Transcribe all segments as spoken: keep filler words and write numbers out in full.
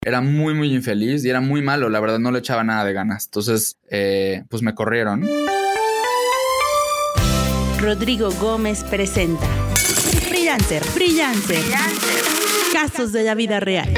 Era muy, muy infeliz y era muy malo. La verdad, no le echaba nada de ganas. Entonces, eh, pues me corrieron. Rodrigo Gómez presenta Freelancer, Freelancer, Freelancer. Casos de la vida real.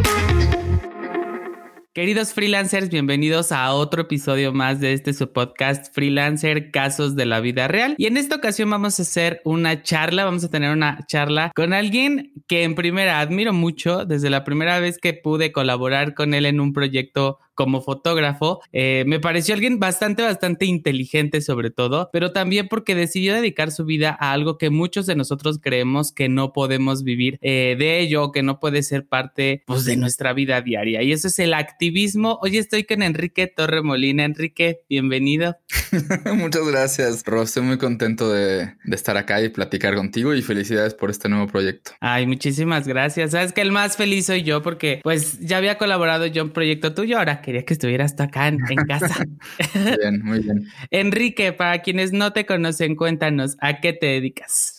Queridos freelancers, bienvenidos a otro episodio más de este su podcast Freelancer, Casos de la Vida Real. Y en esta ocasión vamos a hacer una charla, vamos a tener una charla con alguien que en primera admiro mucho. Desde la primera vez que pude colaborar con él en un proyecto como fotógrafo, eh, me pareció alguien bastante, bastante inteligente sobre todo, pero también porque decidió dedicar su vida a algo que muchos de nosotros creemos que no podemos vivir eh, de ello, que no puede ser parte pues, de nuestra vida diaria. Y eso es el activismo. Hoy estoy con Enrique Torremolina. Enrique, bienvenido. Muchas gracias, Rob. Estoy muy contento de, de estar acá y platicar contigo y felicidades por este nuevo proyecto. Ay, muchísimas gracias. Sabes que el más feliz soy yo porque pues ya había colaborado yo en un proyecto tuyo, ahora quería que estuvieras tú acá en, en casa. Muy bien, muy bien. Enrique, para quienes no te conocen, cuéntanos, ¿a qué te dedicas?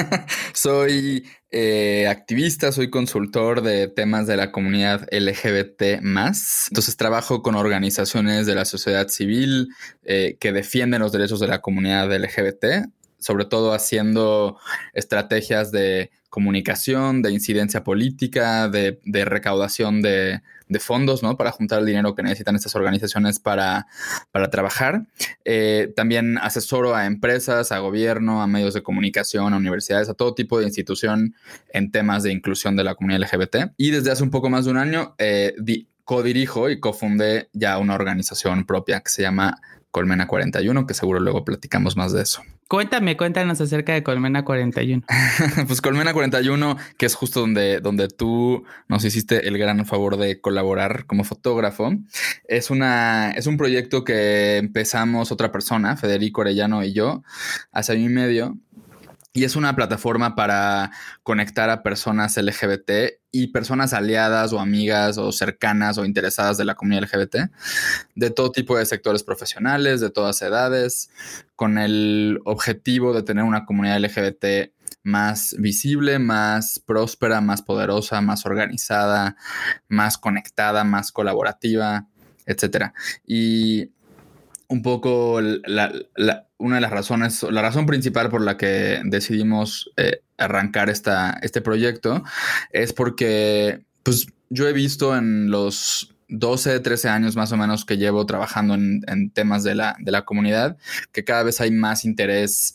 Soy eh, activista, soy consultor de temas de la comunidad L G B T más. Entonces trabajo con organizaciones de la sociedad civil eh, que defienden los derechos de la comunidad L G B T, sobre todo haciendo estrategias de comunicación, de incidencia política, de, de recaudación de, de fondos, ¿no? Para juntar el dinero que necesitan estas organizaciones para, para trabajar. Eh, también asesoro a empresas, a gobierno, a medios de comunicación, a universidades, a todo tipo de institución en temas de inclusión de la comunidad L G B T. Y desde hace un poco más de un año eh, di, codirijo y cofundé ya una organización propia que se llama Colmena cuarenta y uno, que seguro luego platicamos más de eso. Cuéntame, cuéntanos acerca de Colmena cuarenta y uno. Pues Colmena cuarenta y uno, que es justo donde, donde tú nos hiciste el gran favor de colaborar como fotógrafo, es, una, es un proyecto que empezamos otra persona, Federico Orellano y yo, hace año y medio. Y es una plataforma para conectar a personas L G B T y personas aliadas o amigas o cercanas o interesadas de la comunidad L G B T, de todo tipo de sectores profesionales, de todas edades, con el objetivo de tener una comunidad L G B T más visible, más próspera, más poderosa, más organizada, más conectada, más colaborativa, etcétera. Y un poco la, la, una de las razones, la razón principal por la que decidimos eh, arrancar esta, este proyecto es porque pues, yo he visto en los doce, trece años más o menos que llevo trabajando en, en temas de la, de la comunidad, que cada vez hay más interés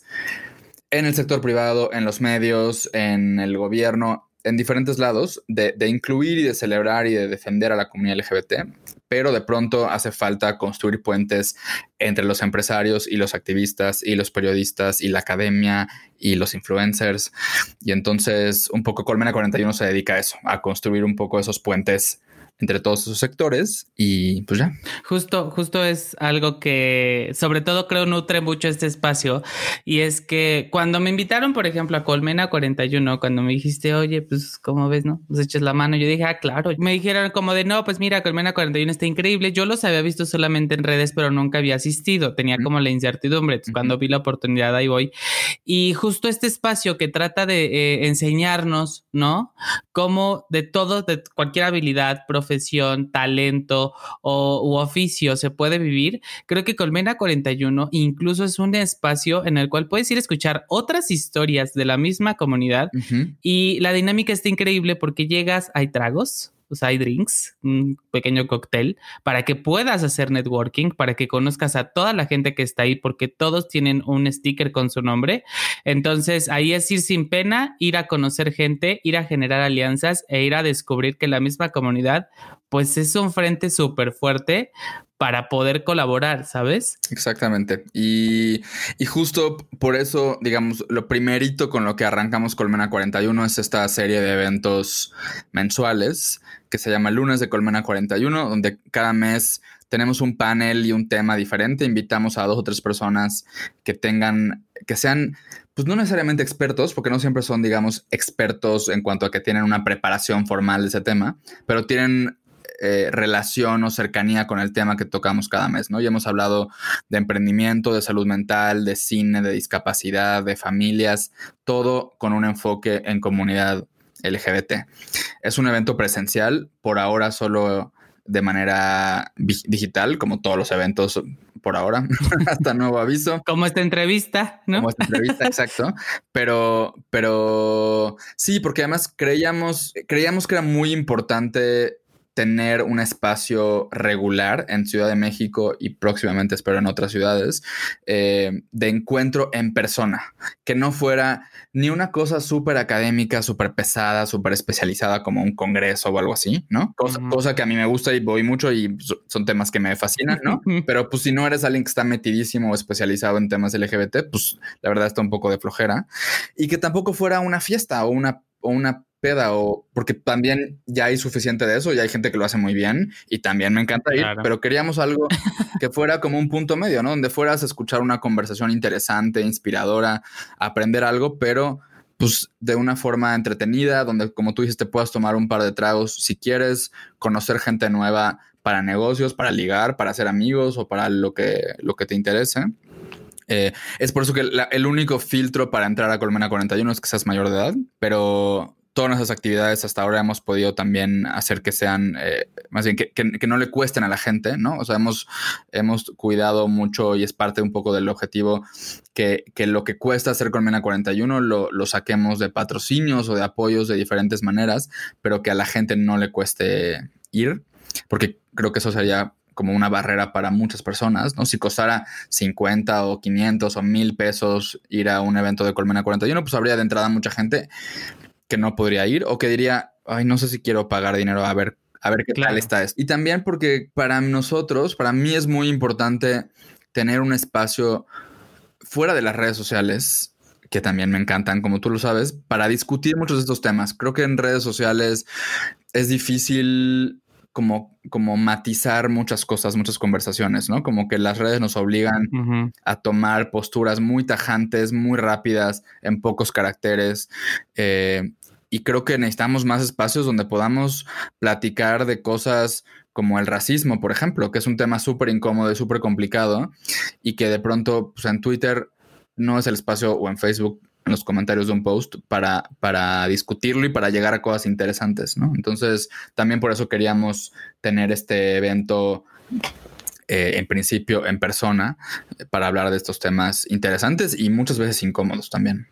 en el sector privado, en los medios, en el gobierno, en diferentes lados, de, de incluir y de celebrar y de defender a la comunidad L G B T, pero de pronto hace falta construir puentes entre los empresarios y los activistas y los periodistas y la academia y los influencers. Y entonces un poco Colmena cuarenta y uno se dedica a eso, a construir un poco esos puentes entre todos esos sectores y pues ya. Justo, justo es algo que sobre todo creo nutre mucho este espacio, y es que cuando me invitaron, por ejemplo, a Colmena cuarenta y uno, cuando me dijiste, oye, pues ¿cómo ves, no? Pues eches la mano, yo dije, ah, claro. Me dijeron como de, no, pues mira, Colmena cuarenta y uno está increíble. Yo los había visto solamente en redes, pero nunca había asistido. Tenía como la incertidumbre. Entonces, uh-huh. Cuando vi la oportunidad, ahí voy. Y justo este espacio que trata de eh, enseñarnos, ¿no? Cómo de todo, de cualquier habilidad, profesión, talento o u oficio se puede vivir. Creo que Colmena cuarenta y uno incluso es un espacio en el cual puedes ir a escuchar otras historias de la misma comunidad, uh-huh. Y la dinámica está increíble porque llegas, hay tragos, o sea, hay drinks, un pequeño cóctel para que puedas hacer networking, para que conozcas a toda la gente que está ahí, porque todos tienen un sticker con su nombre. Entonces ahí es ir sin pena, ir a conocer gente, ir a generar alianzas e ir a descubrir que la misma comunidad pues es un frente súper fuerte para poder colaborar, ¿sabes? Exactamente. Y, y justo por eso, digamos, lo primerito con lo que arrancamos Colmena cuarenta y uno es esta serie de eventos mensuales que se llama Lunes de Colmena cuarenta y uno, donde cada mes tenemos un panel y un tema diferente. Invitamos a dos o tres personas que tengan, que sean, pues no necesariamente expertos, porque no siempre son, digamos, expertos en cuanto a que tienen una preparación formal de ese tema, pero tienen Eh, relación o cercanía con el tema que tocamos cada mes, ¿no? Y hemos hablado de emprendimiento, de salud mental, de cine, de discapacidad, de familias, todo con un enfoque en comunidad L G B T. Es un evento presencial, por ahora solo de manera digital, como todos los eventos por ahora, hasta nuevo aviso. Como esta entrevista, ¿no? Como esta entrevista, exacto. Pero, pero sí, porque además creíamos, creíamos que era muy importante tener un espacio regular en Ciudad de México y próximamente espero en otras ciudades eh, de encuentro en persona, que no fuera ni una cosa súper académica, súper pesada, súper especializada como un congreso o algo así, ¿no? Cosa, uh-huh. cosa que a mí me gusta y voy mucho y son temas que me fascinan, ¿no? Pero pues si no eres alguien que está metidísimo o especializado en temas L G B T, pues la verdad está un poco de flojera. Y que tampoco fuera una fiesta o una, o una peda, o porque también ya hay suficiente de eso, ya hay gente que lo hace muy bien y también me encanta ir, claro. Pero queríamos algo que fuera como un punto medio, ¿no? Donde fueras a escuchar una conversación interesante, inspiradora, aprender algo, pero pues de una forma entretenida, donde como tú dices te puedas tomar un par de tragos si quieres, conocer gente nueva para negocios, para ligar, para hacer amigos o para lo que, lo que te interese. Eh, es por eso que la, el único filtro para entrar a Colmena cuarenta y uno es que seas mayor de edad, pero todas nuestras actividades hasta ahora hemos podido también hacer que sean, eh, más bien que, que, que no le cuesten a la gente, ¿no? O sea, hemos, hemos cuidado mucho y es parte un poco del objetivo que, que lo que cuesta hacer Colmena cuarenta y uno lo, lo saquemos de patrocinios o de apoyos de diferentes maneras, pero que a la gente no le cueste ir, porque creo que eso sería como una barrera para muchas personas, ¿no? Si costara cincuenta o quinientos o mil pesos ir a un evento de Colmena cuarenta y uno, pues habría de entrada mucha gente que no podría ir o que diría, ay, no sé si quiero pagar dinero a ver, a ver qué claro. tal está esto. Y también porque para nosotros, para mí es muy importante tener un espacio fuera de las redes sociales, que también me encantan, como tú lo sabes, para discutir muchos de estos temas. Creo que en redes sociales es difícil como, como matizar muchas cosas, muchas conversaciones, ¿no? Como que las redes nos obligan uh-huh. a tomar posturas muy tajantes, muy rápidas, en pocos caracteres. Eh, y creo que necesitamos más espacios donde podamos platicar de cosas como el racismo, por ejemplo, que es un tema súper incómodo y súper complicado y que de pronto pues, en Twitter no es el espacio o en Facebook en los comentarios de un post para, para discutirlo y para llegar a cosas interesantes, ¿no? Entonces, también por eso queríamos tener este evento eh, en principio en persona para hablar de estos temas interesantes y muchas veces incómodos también.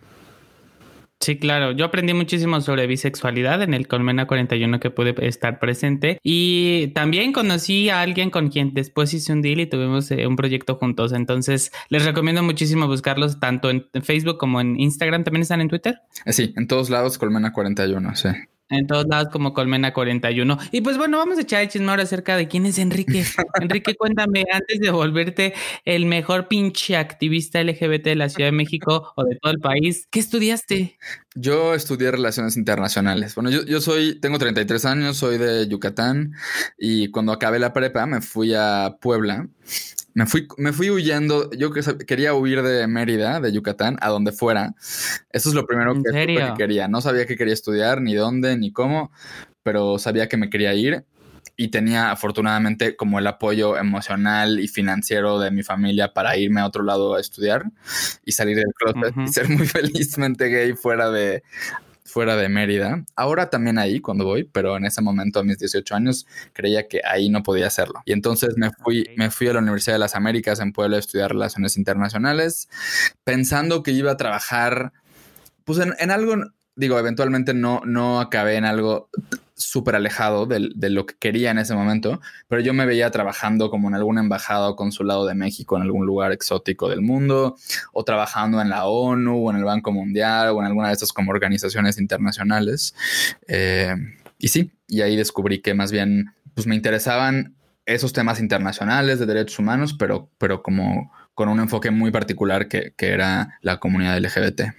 Sí, claro. Yo aprendí muchísimo sobre bisexualidad en el Colmena cuarenta y uno que pude estar presente y también conocí a alguien con quien después hice un deal y tuvimos eh, un proyecto juntos. Entonces, les recomiendo muchísimo buscarlos tanto en Facebook como en Instagram. ¿También están en Twitter? Sí, en todos lados Colmena cuarenta y uno, sí. En todos lados como Colmena cuarenta y uno. Y pues bueno, vamos a echar el chisme ahora acerca de quién es Enrique. Enrique, cuéntame, antes de volverte el mejor pinche activista L G B T de la Ciudad de México o de todo el país, ¿qué estudiaste? Yo estudié Relaciones Internacionales. Bueno, yo, yo soy, tengo treinta y tres años, soy de Yucatán y cuando acabé la prepa me fui a Puebla. Me fui, me fui huyendo. Yo quería huir de Mérida, de Yucatán, a donde fuera. Eso es lo primero que, que quería. No sabía qué quería estudiar, ni dónde, ni cómo, pero sabía que me quería ir. Y tenía afortunadamente como el apoyo emocional y financiero de mi familia para irme a otro lado a estudiar y salir del closet uh-huh. y ser muy felizmente gay fuera de... fuera de Mérida. Ahora también ahí cuando voy, pero en ese momento a mis dieciocho años creía que ahí no podía hacerlo. Y entonces me fui, me fui a la Universidad de las Américas en Puebla a estudiar Relaciones Internacionales, pensando que iba a trabajar pues en, en algo, digo, eventualmente no, no acabé en algo súper alejado de, de lo que quería en ese momento, pero yo me veía trabajando como en alguna embajada o consulado de México en algún lugar exótico del mundo, o trabajando en la ONU o en el Banco Mundial o en alguna de estas como organizaciones internacionales. Eh, y sí, y ahí descubrí que más bien pues me interesaban esos temas internacionales de derechos humanos, pero, pero como con un enfoque muy particular que, que era la comunidad L G B T.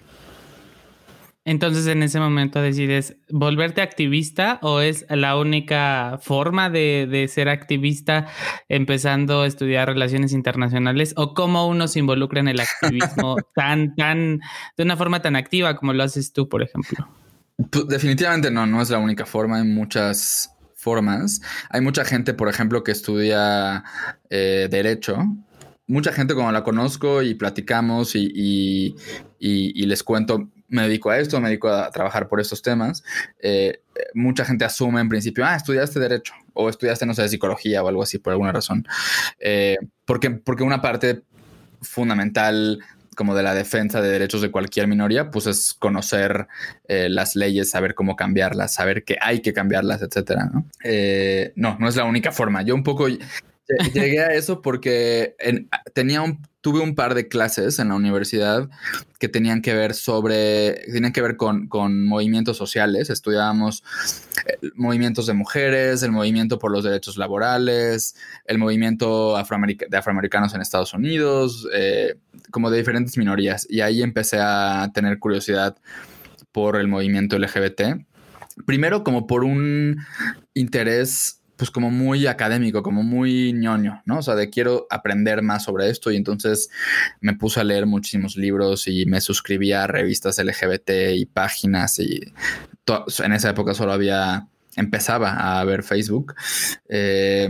Entonces, en ese momento decides volverte activista o es la única forma de, de ser activista empezando a estudiar relaciones internacionales o cómo uno se involucra en el activismo tan, tan, de una forma tan activa como lo haces tú, por ejemplo. Pues definitivamente no, no es la única forma, hay muchas formas. Hay mucha gente, por ejemplo, que estudia eh, Derecho. Mucha gente como la conozco y platicamos y, y, y, y les cuento me dedico a esto, me dedico a trabajar por estos temas. Eh, mucha gente asume en principio, ah, estudiaste Derecho o estudiaste, no sé, Psicología o algo así por alguna razón. Eh, porque, porque una parte fundamental como de la defensa de derechos de cualquier minoría, pues es conocer eh, las leyes, saber cómo cambiarlas, saber que hay que cambiarlas, etcétera, ¿no? Eh, no, no es la única forma. Yo un poco llegué a eso porque en, tenía un, tuve un par de clases en la universidad que tenían que ver sobre, tenían que ver con, con movimientos sociales. Estudiábamos movimientos de mujeres, el movimiento por los derechos laborales, el movimiento afroameric- de afroamericanos en Estados Unidos, eh, como de diferentes minorías. Y ahí empecé a tener curiosidad por el movimiento L G B T. Primero como por un interés pues como muy académico, como muy ñoño, ¿no? O sea, de quiero aprender más sobre esto y entonces me puse a leer muchísimos libros y me suscribí a revistas L G B T y páginas y to- en esa época solo había, empezaba a ver Facebook. Eh,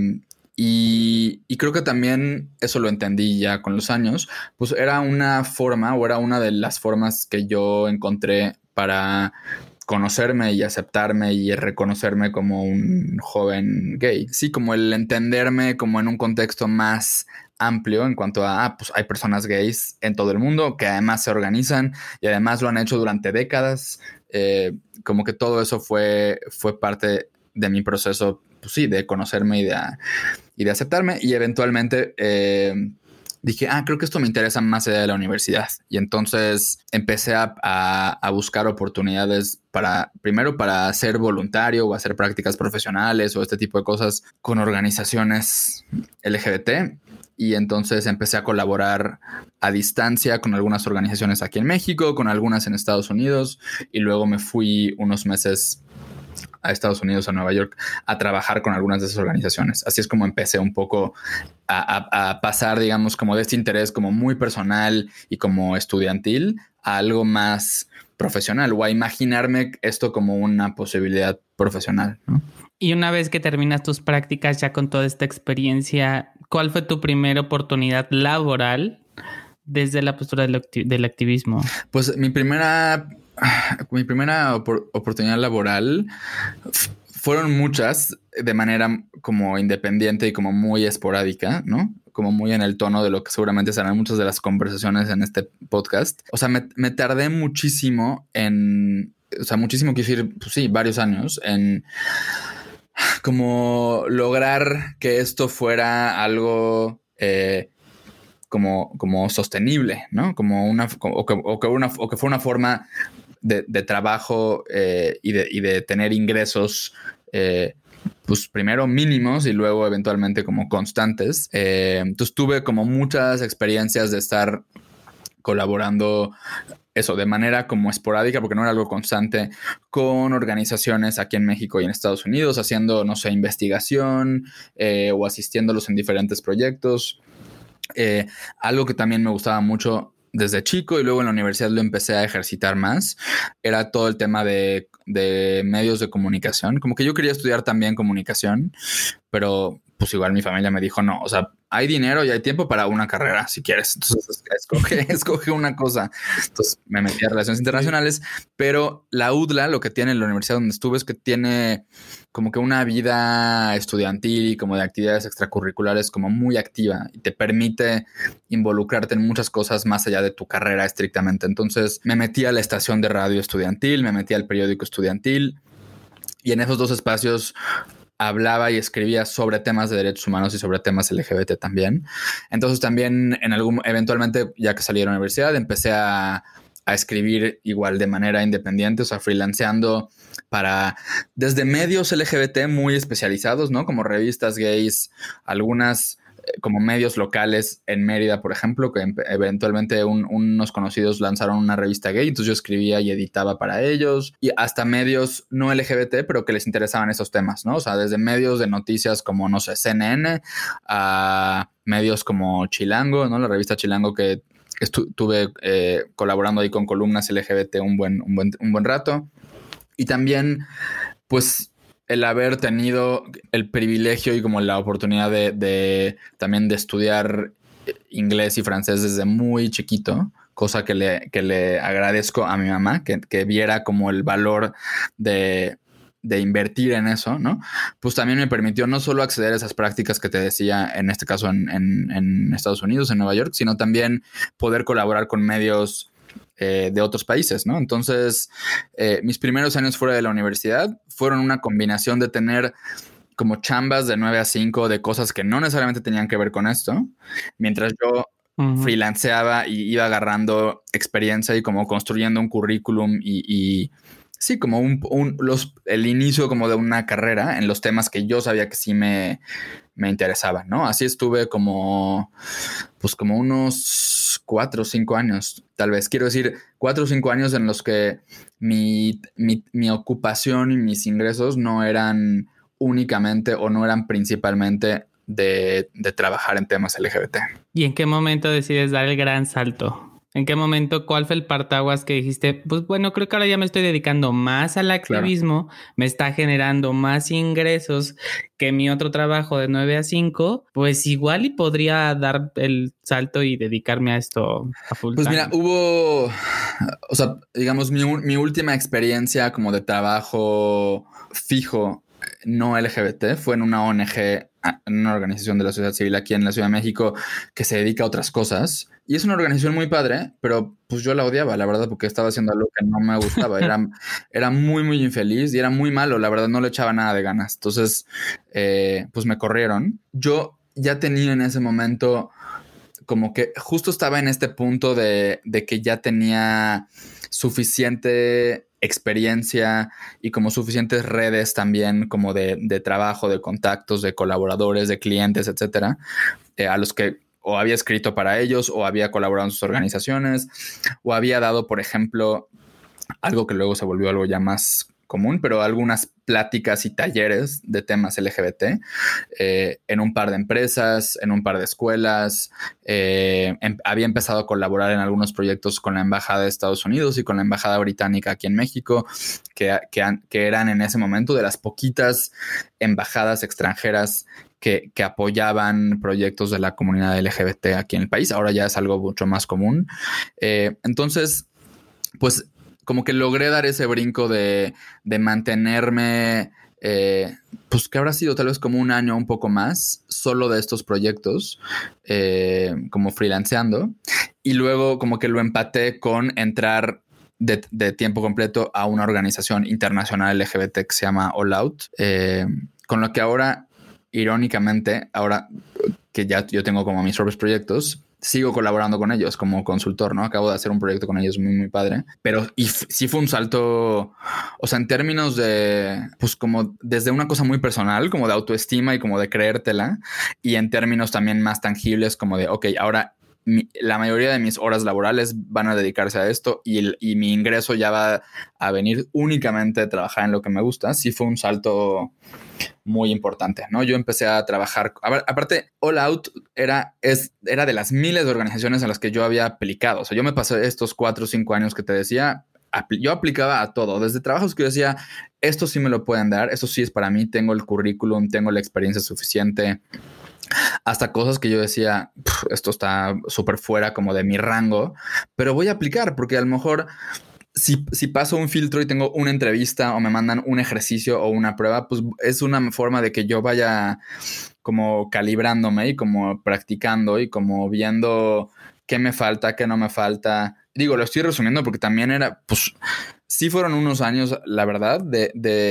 y, y creo que también eso lo entendí ya con los años, pues era una forma o era una de las formas que yo encontré para conocerme y aceptarme y reconocerme como un joven gay. Sí, como el entenderme como en un contexto más amplio en cuanto a, ah, pues hay personas gays en todo el mundo que además se organizan y además lo han hecho durante décadas. Eh, como que todo eso fue, fue parte de mi proceso, pues sí, de conocerme y de, y de aceptarme y eventualmente... Eh, dije, ah, creo que esto me interesa más allá de la universidad. Y entonces empecé a, a, a buscar oportunidades para, primero para ser voluntario o hacer prácticas profesionales o este tipo de cosas con organizaciones L G B T. Y entonces empecé a colaborar a distancia con algunas organizaciones aquí en México, con algunas en Estados Unidos. Y luego me fui unos meses a Estados Unidos, a Nueva York, a trabajar con algunas de esas organizaciones. Así es como empecé un poco a, a, a pasar, digamos, como de este interés como muy personal y como estudiantil a algo más profesional o a imaginarme esto como una posibilidad profesional, ¿no? Y una vez que terminas tus prácticas ya con toda esta experiencia, ¿cuál fue tu primera oportunidad laboral desde la postura del, acti- del activismo? Pues mi primera... Mi primera opor- oportunidad laboral f- fueron muchas de manera como independiente y como muy esporádica, ¿no? Como muy en el tono de lo que seguramente serán muchas de las conversaciones en este podcast. O sea, me, me tardé muchísimo en... O sea, muchísimo, quiero decir, pues sí, varios años en como lograr que esto fuera algo... Eh, Como, como sostenible, ¿no? Como una, o que, o que, una, o que fue una forma de, de trabajo eh, y, de, y de tener ingresos, eh, pues primero mínimos y luego eventualmente como constantes. Eh, entonces tuve como muchas experiencias de estar colaborando eso de manera como esporádica, porque no era algo constante, con organizaciones aquí en México y en Estados Unidos, haciendo, no sé, investigación eh, o asistiéndolos en diferentes proyectos. Eh, algo que también me gustaba mucho desde chico y luego en la universidad lo empecé a ejercitar más, era todo el tema de, de medios de comunicación. Como que yo quería estudiar también comunicación, pero pues igual mi familia me dijo, no, o sea, hay dinero y hay tiempo para una carrera si quieres. Entonces escoge, escoge una cosa. Entonces me metí a Relaciones Internacionales, pero la U D L A, lo que tiene en la universidad donde estuve es que tiene como que una vida estudiantil y como de actividades extracurriculares como muy activa y te permite involucrarte en muchas cosas más allá de tu carrera estrictamente. Entonces me metí a la estación de radio estudiantil, me metí al periódico estudiantil y en esos dos espacios hablaba y escribía sobre temas de derechos humanos y sobre temas L G B T también. Entonces también en algún, eventualmente, ya que salí de la universidad, empecé a, a escribir igual de manera independiente, o sea, freelanceando para desde medios L G B T muy especializados, ¿no? Como revistas gays, algunas como medios locales en Mérida, por ejemplo, que eventualmente un, unos conocidos lanzaron una revista gay, entonces yo escribía y editaba para ellos, y hasta medios no L G B T, pero que les interesaban esos temas, ¿no? O sea, desde medios de noticias como, no sé, C N N, a medios como Chilango, ¿no? La revista Chilango que estuve eh, colaborando ahí con columnas L G B T un buen, un buen, un buen rato. Y también, pues, el haber tenido el privilegio y como la oportunidad de, de también de estudiar inglés y francés desde muy chiquito, cosa que le, que le agradezco a mi mamá, que, que viera como el valor de, de invertir en eso, ¿no? Pues también me permitió no solo acceder a esas prácticas que te decía, en este caso en, en, en Estados Unidos, en Nueva York, sino también poder colaborar con medios eh, de otros países, ¿no? Entonces, eh, mis primeros años fuera de la universidad fueron una combinación de tener como chambas de nueve a cinco de cosas que no necesariamente tenían que ver con esto, mientras yo uh-huh. freelanceaba y iba agarrando experiencia y como construyendo un currículum y, y sí, como un, un los, el inicio como de una carrera en los temas que yo sabía que sí me, me interesaban, ¿no? Así estuve como, pues como unos cuatro o cinco años, tal vez. Quiero decir, cuatro o cinco años en los que mi, mi, mi ocupación y mis ingresos no eran únicamente o no eran principalmente de, de trabajar en temas L G B T. ¿Y en qué momento decides dar el gran salto? ¿En qué momento, cuál fue el partaguas que dijiste, pues bueno, creo que ahora ya me estoy dedicando más al activismo, claro. me está generando más ingresos que mi otro trabajo de nueve a cinco, pues igual y podría dar el salto y dedicarme a esto a full Pues time? Mira, hubo, o sea, digamos, mi, mi última experiencia como de trabajo fijo no L G B T fue en una O N G, en una organización de la sociedad civil aquí en la Ciudad de México que se dedica a otras cosas. Y es una organización muy padre, pero pues yo la odiaba, la verdad, porque estaba haciendo algo que no me gustaba. Era, era muy, muy infeliz y era muy malo, la verdad, no le echaba nada de ganas. Entonces, eh, pues me corrieron. Yo ya tenía en ese momento como que justo estaba en este punto de, de que ya tenía suficiente experiencia y como suficientes redes también como de, de trabajo, de contactos, de colaboradores, de clientes, etcétera, eh, a los que o había escrito para ellos o había colaborado en sus organizaciones o había dado, por ejemplo, algo que luego se volvió algo ya más común, pero algunas pláticas y talleres de temas L G B T eh, en un par de empresas, en un par de escuelas. Eh, em, había empezado a colaborar en algunos proyectos con la Embajada de Estados Unidos y con la Embajada Británica aquí en México, que, que, que eran en ese momento de las poquitas embajadas extranjeras que, que apoyaban proyectos de la comunidad L G B T aquí en el país. Ahora ya es algo mucho más común. Eh, entonces, pues como que logré dar ese brinco de, de mantenerme, eh, pues que habrá sido tal vez como un año, un poco más, solo de estos proyectos, eh, como freelanceando. Y luego como que lo empaté con entrar de, de tiempo completo a una organización internacional L G B T que se llama All Out, eh, con lo que ahora, irónicamente, ahora que ya yo tengo como mis propios proyectos, sigo colaborando con ellos como consultor, ¿no? Acabo de hacer un proyecto con ellos muy, muy padre. Pero y f- sí fue un salto, o sea, en términos de, pues como desde una cosa muy personal, como de autoestima y como de creértela, y en términos también más tangibles, como de, ok, ahora mi, la mayoría de mis horas laborales van a dedicarse a esto y, el, y mi ingreso ya va a venir únicamente de trabajar en lo que me gusta. Sí fue un salto muy importante, ¿no? Yo empecé a trabajar, a ver, aparte, All Out era, es, era de las miles de organizaciones en las que yo había aplicado. O sea, yo me pasé estos cuatro o cinco años que te decía, apl- yo aplicaba a todo, desde trabajos que yo decía, esto sí me lo pueden dar, esto sí es para mí, tengo el currículum, tengo la experiencia suficiente, hasta cosas que yo decía, esto está súper fuera como de mi rango, pero voy a aplicar porque a lo mejor Si, si paso un filtro y tengo una entrevista o me mandan un ejercicio o una prueba, pues es una forma de que yo vaya como calibrándome y como practicando y como viendo qué me falta, qué no me falta. Digo, lo estoy resumiendo porque también era, pues sí fueron unos años, la verdad, de,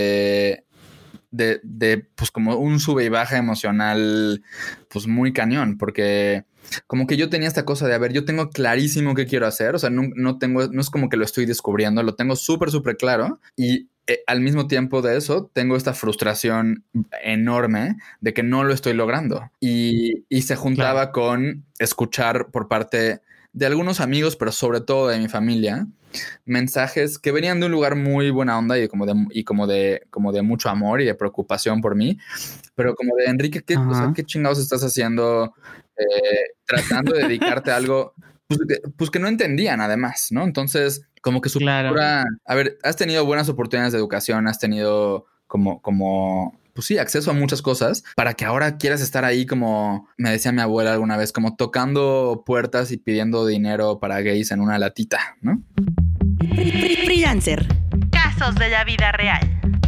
de, de, de pues como un sube y baja emocional, pues muy cañón, porque como que yo tenía esta cosa de, a ver, yo tengo clarísimo qué quiero hacer, o sea, no, no tengo, no es como que lo estoy descubriendo, lo tengo súper, súper claro y eh, al mismo tiempo de eso tengo esta frustración enorme de que no lo estoy logrando y, y se juntaba claro. con escuchar por parte de algunos amigos, pero sobre todo de mi familia, mensajes que venían de un lugar muy buena onda y como de, y como de, como de mucho amor y de preocupación por mí, pero como de Enrique, ¿qué, o sea, ¿qué chingados estás haciendo? Eh, tratando de dedicarte a algo pues que, pues que no entendían además, ¿no? Entonces, como que su claro. cultura, a ver, has tenido buenas oportunidades de educación, has tenido como, como pues sí, acceso a muchas cosas para que ahora quieras estar ahí como me decía mi abuela alguna vez, como tocando puertas y pidiendo dinero para gays en una latita, ¿no? Freelancer. Casos de la vida real.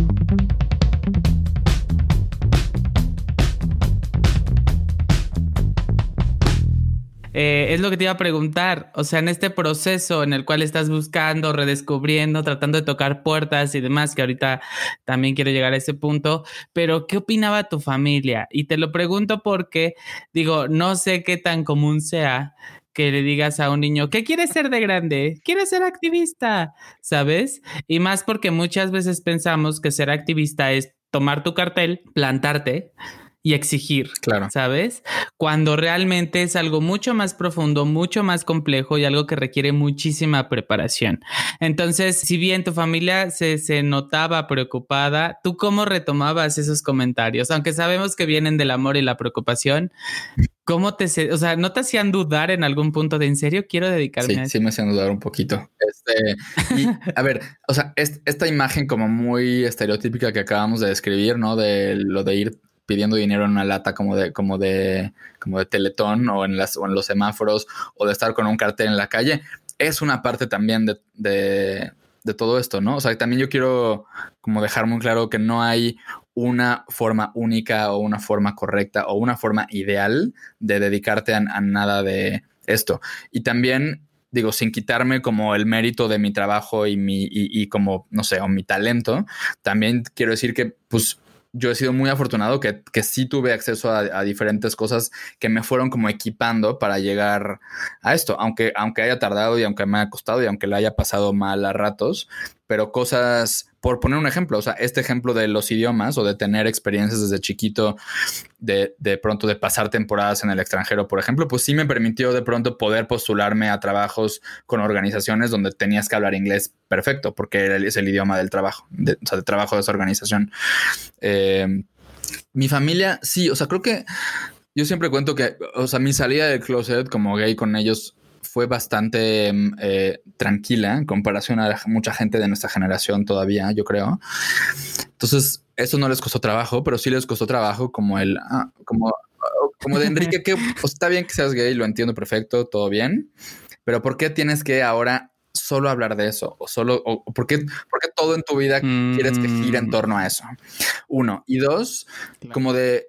Eh, es lo que te iba a preguntar, o sea, en este proceso en el cual estás buscando, redescubriendo, tratando de tocar puertas y demás, que ahorita también quiero llegar a ese punto, pero ¿qué opinaba tu familia? Y te lo pregunto porque, digo, no sé qué tan común sea que le digas a un niño, ¿qué quieres ser de grande? ¿Quieres ser activista? ¿Sabes? Y más porque muchas veces pensamos que ser activista es tomar tu cartel, plantarte y exigir, claro, ¿sabes? Cuando realmente es algo mucho más profundo, mucho más complejo y algo que requiere muchísima preparación. Entonces, si bien tu familia se, se notaba preocupada, ¿tú cómo retomabas esos comentarios? Aunque sabemos que vienen del amor y la preocupación, ¿cómo te... O sea, ¿no te hacían dudar en algún punto de en serio quiero dedicarme sí, a esto? Sí, me hacían dudar un poquito. Este, y a ver, o sea, es, esta imagen como muy estereotípica que acabamos de describir, ¿no? De lo de ir pidiendo dinero en una lata como de, como de, como de Teletón o en las, o en los semáforos o de estar con un cartel en la calle, es una parte también de, de, de todo esto, ¿no? O sea, también yo quiero como dejar muy claro que no hay una forma única o una forma correcta o una forma ideal de dedicarte a, a nada de esto. Y también digo, sin quitarme como el mérito de mi trabajo y mi, y, y como, no sé, o mi talento, también quiero decir que, pues, yo he sido muy afortunado que, que sí tuve acceso a, a diferentes cosas que me fueron como equipando para llegar a esto, aunque, aunque haya tardado y aunque me haya costado y aunque le haya pasado mal a ratos, pero cosas, por poner un ejemplo, o sea, este ejemplo de los idiomas o de tener experiencias desde chiquito, de, de pronto de pasar temporadas en el extranjero, por ejemplo, pues sí me permitió de pronto poder postularme a trabajos con organizaciones donde tenías que hablar inglés perfecto, porque es el idioma del trabajo, de, o sea, de trabajo de esa organización. Eh, mi familia, sí, o sea, creo que yo siempre cuento que, o sea, mi salida del closet como gay con ellos fue bastante eh, tranquila en comparación a mucha gente de nuestra generación todavía, yo creo. Entonces, eso no les costó trabajo, pero sí les costó trabajo como el, ah, como, como de Enrique, que pues, está bien que seas gay, lo entiendo perfecto, todo bien, pero ¿por qué tienes que ahora solo hablar de eso? O solo, o ¿por qué, por qué todo en tu vida mm. quieres que gire en torno a eso? Uno. Y dos, claro. como de,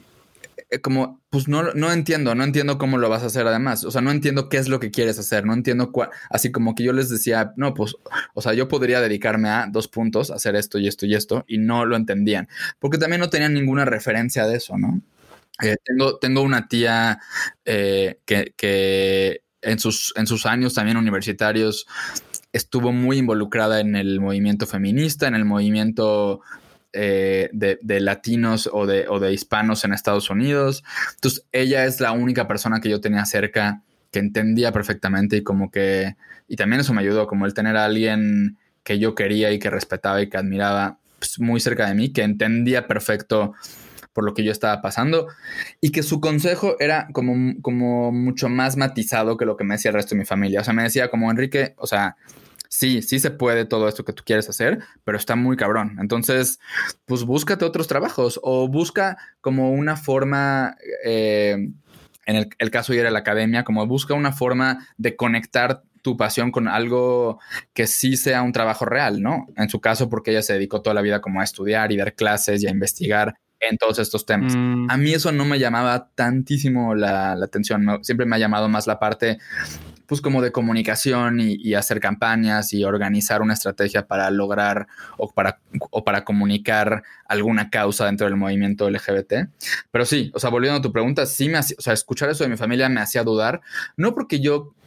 como, pues no, no entiendo, no entiendo cómo lo vas a hacer además, o sea, no entiendo qué es lo que quieres hacer, no entiendo cuál, así como que yo les decía, no, pues, o sea, yo podría dedicarme a dos puntos, a hacer esto y esto y esto, y no lo entendían, porque también no tenían ninguna referencia de eso, ¿no? Eh, tengo, tengo una tía eh, que, que en sus, en sus años también universitarios estuvo muy involucrada en el movimiento feminista, en el movimiento Eh, de, de latinos o de, o de hispanos en Estados Unidos. Entonces ella es la única persona que yo tenía cerca que entendía perfectamente y como que, y también eso me ayudó, como el tener a alguien que yo quería y que respetaba y que admiraba pues, muy cerca de mí, que entendía perfecto por lo que yo estaba pasando y que su consejo era como, como mucho más matizado que lo que me decía el resto de mi familia. O sea, me decía como, Enrique, o sea, sí, sí se puede todo esto que tú quieres hacer, pero está muy cabrón. Entonces, pues búscate otros trabajos o busca como una forma, eh, en el, el caso de ir a la academia, como busca una forma de conectar tu pasión con algo que sí sea un trabajo real, ¿no? En su caso, porque ella se dedicó toda la vida como a estudiar y dar clases y a investigar en todos estos temas. Mm. A mí eso no me llamaba tantísimo la, la atención. Me, siempre me ha llamado más la parte pues como de comunicación y, y hacer campañas y organizar una estrategia para lograr o para, o para comunicar alguna causa dentro del movimiento L G B T. Pero sí, o sea, volviendo a tu pregunta, sí me hacía, o sea, escuchar eso de mi familia me hacía dudar, no porque yo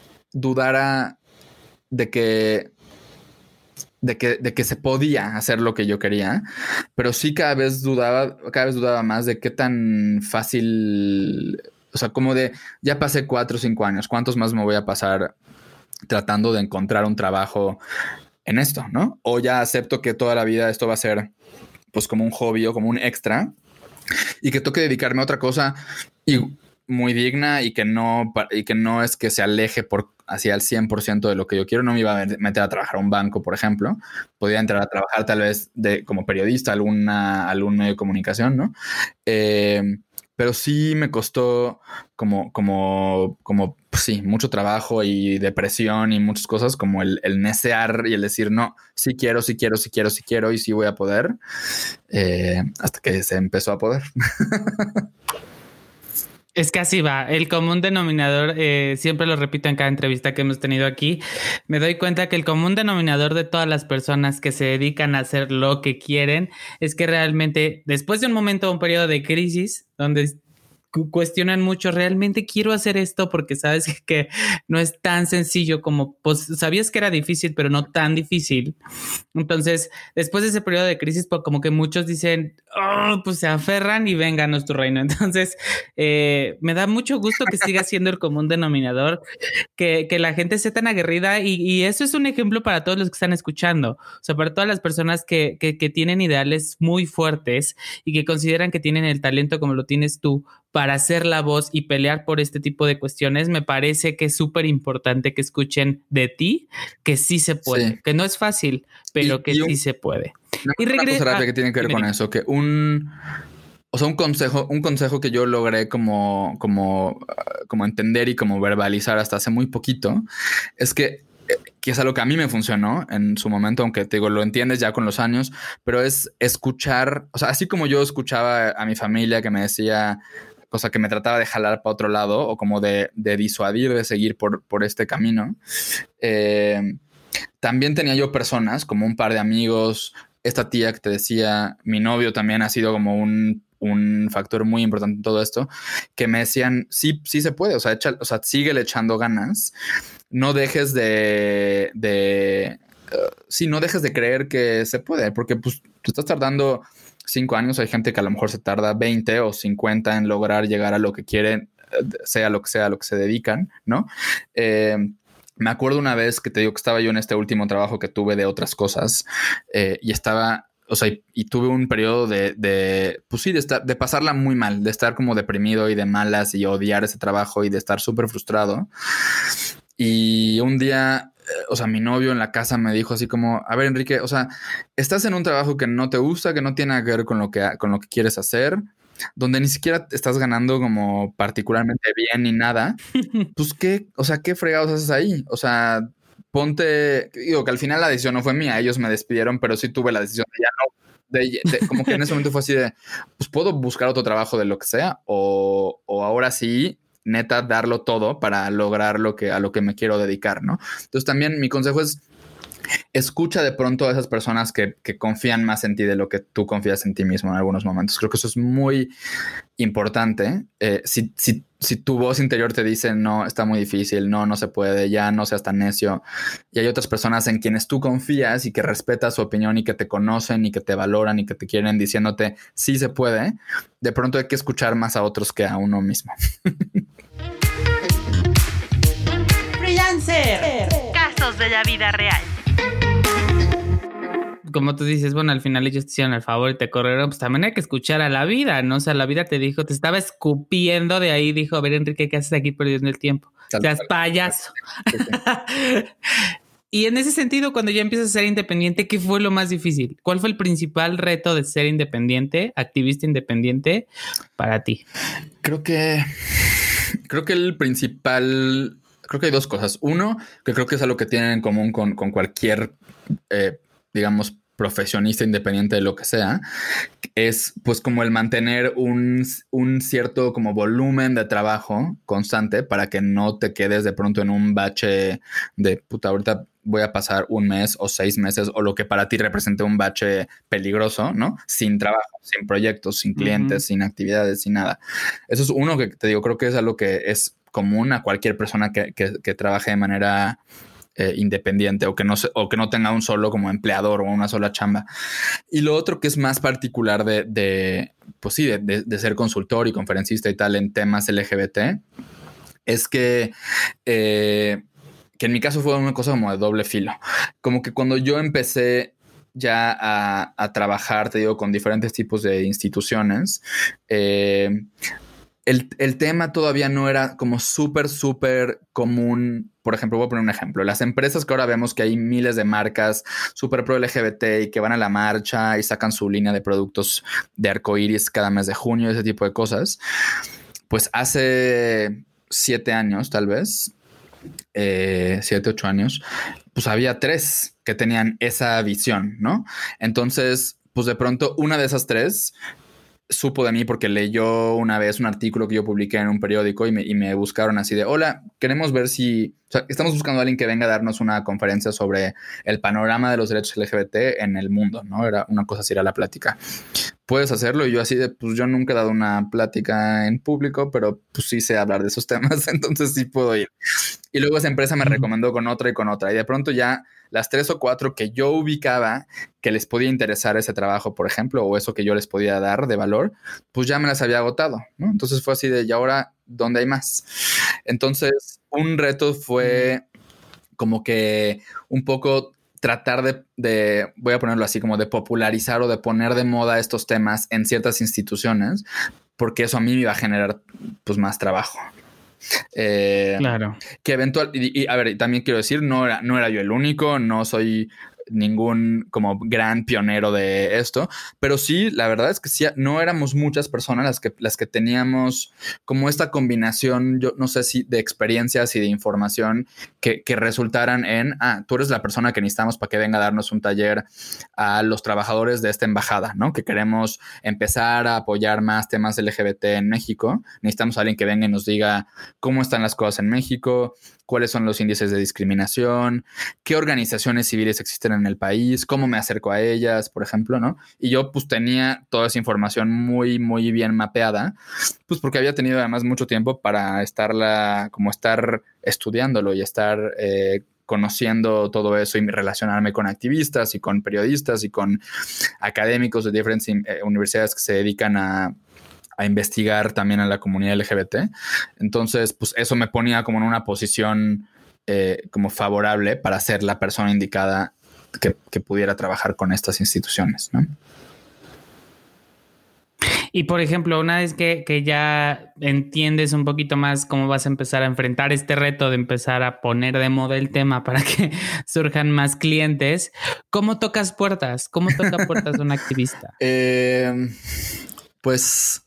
dudara de que De que, de que se podía hacer lo que yo quería, pero sí cada vez dudaba, cada vez dudaba más de qué tan fácil, o sea, como de, ya pasé cuatro o cinco años, ¿cuántos más me voy a pasar tratando de encontrar un trabajo en esto, no? O ya acepto que toda la vida esto va a ser pues como un hobby o como un extra y que tengo que dedicarme a otra cosa y muy digna y que no, y que no es que se aleje por hacia el cien por ciento de lo que yo quiero. No me iba a meter a trabajar a un banco, por ejemplo. Podía entrar a trabajar tal vez de, como periodista, alguna, algún medio de comunicación, ¿no? Eh, pero sí me costó como, como, como, pues sí, mucho trabajo y depresión y muchas cosas, como el, el necear y el decir, no, sí quiero, sí quiero, sí quiero, sí quiero y sí voy a poder, eh, hasta que se empezó a poder. Es que así va. El común denominador, eh, siempre lo repito en cada entrevista que hemos tenido aquí, me doy cuenta que el común denominador de todas las personas que se dedican a hacer lo que quieren es que realmente después de un momento, un periodo de crisis, donde cuestionan mucho, realmente quiero hacer esto porque sabes que no es tan sencillo como, pues sabías que era difícil, pero no tan difícil. Entonces, después de ese periodo de crisis, pues como que muchos dicen, oh, pues se aferran y vénganos tu reino. Entonces, eh, me da mucho gusto que siga siendo el común denominador, que, que la gente sea tan aguerrida y, y eso es un ejemplo para todos los que están escuchando, o sea, para todas las personas que, que, que tienen ideales muy fuertes y que consideran que tienen el talento como lo tienes tú para hacer la voz y pelear por este tipo de cuestiones. Me parece que es súper importante que escuchen de ti que sí se puede, sí. Que no es fácil, pero y, que y un, sí se puede. Una, y regre- una cosa rápida que tiene que ver con eso, que un, o sea, un consejo, un consejo que yo logré como, como, como entender y como verbalizar hasta hace muy poquito, es que que es algo que a mí me funcionó en su momento, aunque te digo, lo entiendes ya con los años, pero es escuchar, o sea, así como yo escuchaba a mi familia que me decía, cosa que me trataba de jalar para otro lado o como de, de disuadir de seguir por, por este camino, eh, también tenía yo personas, como un par de amigos, esta tía que te decía, mi novio también ha sido como un, un factor muy importante en todo esto, que me decían, sí, sí se puede, o sea, echa, o sea síguele echando ganas, no dejes de, de uh, sí, no dejes de creer que se puede, porque pues tú estás tardando cinco años, hay gente que a lo mejor se tarda veinte o cincuenta en lograr llegar a lo que quieren, sea lo que sea, a lo que se dedican, ¿no? Eh, me acuerdo una vez que te digo que estaba yo en este último trabajo que tuve de otras cosas eh, y estaba, o sea, y, y tuve un periodo de, de pues sí, de, estar, de pasarla muy mal, de estar como deprimido y de malas y odiar ese trabajo y de estar súper frustrado. Y un día, o sea, mi novio en la casa me dijo así como, a ver, Enrique, o sea, estás en un trabajo que no te gusta, que no tiene nada que ver con lo que, con lo que quieres hacer, donde ni siquiera estás ganando como particularmente bien ni nada. Pues qué, o sea, ¿qué fregados haces ahí? O sea, ponte, digo que al final la decisión no fue mía, ellos me despidieron, pero sí tuve la decisión de ya no. De, de, como que en ese momento fue así de, pues puedo buscar otro trabajo de lo que sea, o, o ahora sí, neta, darlo todo para lograr lo que, a lo que me quiero dedicar, ¿no? Entonces también mi consejo es, escucha de pronto a esas personas que, que confían más en ti de lo que tú confías en ti mismo en algunos momentos. Creo que eso es muy importante. Eh, si, si, si tu voz interior te dice no, está muy difícil, no, no se puede, ya no seas tan necio. Y hay otras personas en quienes tú confías y que respetas su opinión y que te conocen y que te valoran y que te quieren diciéndote sí se puede. De pronto hay que escuchar más a otros que a uno mismo. Freelancer. Casos de la vida real. Como tú dices, bueno, al final ellos te hicieron el favor y te corrieron, pues también hay que escuchar a la vida, ¿no? O sea, la vida te dijo, te estaba escupiendo de ahí, dijo, a ver, Enrique, ¿qué haces aquí perdiendo el tiempo? Tal, Seas tal, payaso. Tal, tal. Y en ese sentido, cuando ya empiezas a ser independiente, ¿qué fue lo más difícil? ¿Cuál fue el principal reto de ser independiente, activista independiente para ti? Creo que, creo que el principal... Creo que hay dos cosas. Uno, que creo que es algo que tienen en común con, con cualquier, eh, digamos, profesionista independiente de lo que sea, es pues como el mantener un, un cierto como volumen de trabajo constante para que no te quedes de pronto en un bache de puta, ahorita voy a pasar un mes o seis meses o lo que para ti represente un bache peligroso, ¿no? Sin trabajo, sin proyectos, sin clientes, uh-huh. sin actividades, sin nada. Eso es uno que te digo, creo que es algo que es común a cualquier persona que, que, que trabaje de manera eh, independiente o que, no se, o que no tenga un solo como empleador o una sola chamba. Y lo otro que es más particular de, de pues sí, de, de, de ser consultor y conferencista y tal en temas L G B T es que, eh, que en mi caso fue una cosa como de doble filo. Como que cuando yo empecé ya a, a trabajar, te digo, con diferentes tipos de instituciones, eh, el, el tema todavía no era como súper, súper común. Por ejemplo, voy a poner un ejemplo. Las empresas que ahora vemos que hay miles de marcas súper pro L G B T y que van a la marcha y sacan su línea de productos de arcoíris cada mes de junio, ese tipo de cosas. Pues hace siete años, tal vez, eh, siete, ocho años, pues había tres que tenían esa visión, ¿no? Entonces, pues de pronto una de esas tres supo de mí porque leyó una vez un artículo que yo publiqué en un periódico y me, y me buscaron así de, hola, queremos ver si... O sea, estamos buscando a alguien que venga a darnos una conferencia sobre el panorama de los derechos L G B T en el mundo, ¿no? Era una cosa así, era la plática. ¿Puedes hacerlo? Y yo así de, pues yo nunca he dado una plática en público, pero pues sí sé hablar de esos temas, entonces sí puedo ir. Y luego esa empresa me recomendó con otra y con otra. Y de pronto ya las tres o cuatro que yo ubicaba que les podía interesar ese trabajo, por ejemplo, o eso que yo les podía dar de valor, pues ya me las había agotado, ¿no? Entonces fue así de, ¿y ahora dónde hay más? Entonces, un reto fue como que un poco tratar de, de, voy a ponerlo así, como de popularizar o de poner de moda estos temas en ciertas instituciones, porque eso a mí me iba a generar pues más trabajo. Eh, claro. Que eventual, y, y a ver, también quiero decir, no era, no era yo el único, no soy ningún como gran pionero de esto, pero sí, la verdad es que sí, no éramos muchas personas las que, las que teníamos como esta combinación, yo no sé si de experiencias y de información que, que resultaran en, ah, tú eres la persona que necesitamos para que venga a darnos un taller a los trabajadores de esta embajada, ¿no? Que queremos empezar a apoyar más temas L G B T en México. Necesitamos a alguien que venga y nos diga cómo están las cosas en México, cuáles son los índices de discriminación, qué organizaciones civiles existen en el país, cómo me acerco a ellas, por ejemplo, ¿no? Y yo pues tenía toda esa información muy, muy bien mapeada, pues porque había tenido además mucho tiempo para estarla, como estar estudiándolo y estar eh, conociendo todo eso y relacionarme con activistas y con periodistas y con académicos de diferentes eh, universidades que se dedican a a investigar también a la comunidad L G B T. Entonces, pues eso me ponía como en una posición eh, como favorable para ser la persona indicada que, que pudiera trabajar con estas instituciones, ¿no? Y por ejemplo, una vez que, que ya entiendes un poquito más cómo vas a empezar a enfrentar este reto de empezar a poner de moda el tema para que surjan más clientes, ¿cómo tocas puertas? ¿Cómo toca puertas un activista? Eh, pues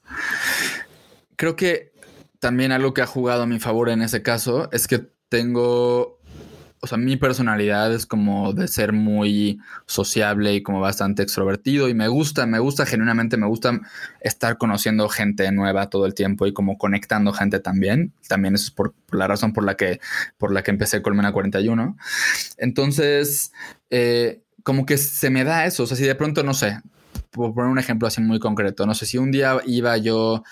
creo que también algo que ha jugado a mi favor en ese caso es que tengo, o sea, mi personalidad es como de ser muy sociable y como bastante extrovertido y me gusta, me gusta genuinamente, me gusta estar conociendo gente nueva todo el tiempo y como conectando gente también. También eso es por, por la razón por la que, por la que empecé Colmena cuarenta y uno. Entonces, eh, como que se me da eso, o sea, si de pronto, no sé, por poner un ejemplo así muy concreto, no sé, si un día iba yo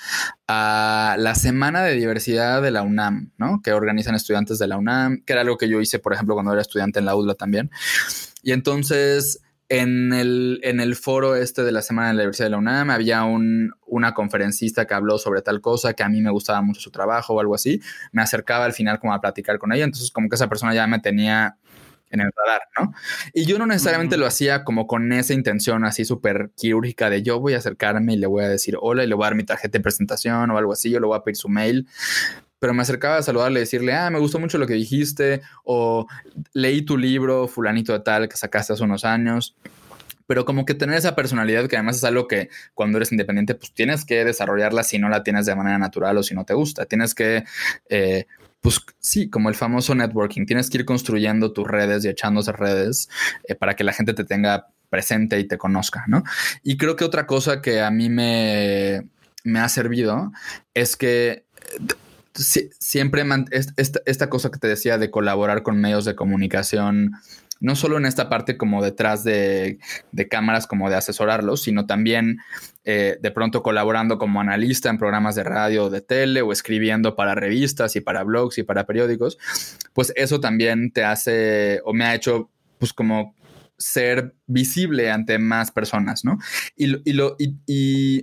a la Semana de Diversidad de la UNAM, ¿no? Que organizan estudiantes de la UNAM, que era algo que yo hice, por ejemplo, cuando era estudiante en la U D L A también. Y entonces, en el, en el foro este de la Semana de la Diversidad de la UNAM, había un, una conferencista que habló sobre tal cosa, que a mí me gustaba mucho su trabajo o algo así. Me acercaba al final como a platicar con ella, entonces como que esa persona ya me tenía en el radar, ¿no? Y yo no necesariamente uh-huh. lo hacía como con esa intención así súper quirúrgica de yo voy a acercarme y le voy a decir hola y le voy a dar mi tarjeta de presentación o algo así, yo le voy a pedir su mail, pero me acercaba a saludarle y decirle, ah, me gustó mucho lo que dijiste o leí tu libro fulanito de tal que sacaste hace unos años. Pero como que tener esa personalidad, que además es algo que cuando eres independiente, pues tienes que desarrollarla si no la tienes de manera natural o si no te gusta. Tienes que... Eh, pues sí, como el famoso networking, tienes que ir construyendo tus redes y echándose redes eh, para que la gente te tenga presente y te conozca, ¿no? Y creo que otra cosa que a mí me, me ha servido es que si, siempre man, esta, esta cosa que te decía de colaborar con medios de comunicación, no solo en esta parte como detrás de, de cámaras, como de asesorarlos, sino también eh, de pronto colaborando como analista en programas de radio o de tele o escribiendo para revistas y para blogs y para periódicos, pues eso también te hace o me ha hecho pues como ser visible ante más personas, ¿no? Y, y, lo, y, y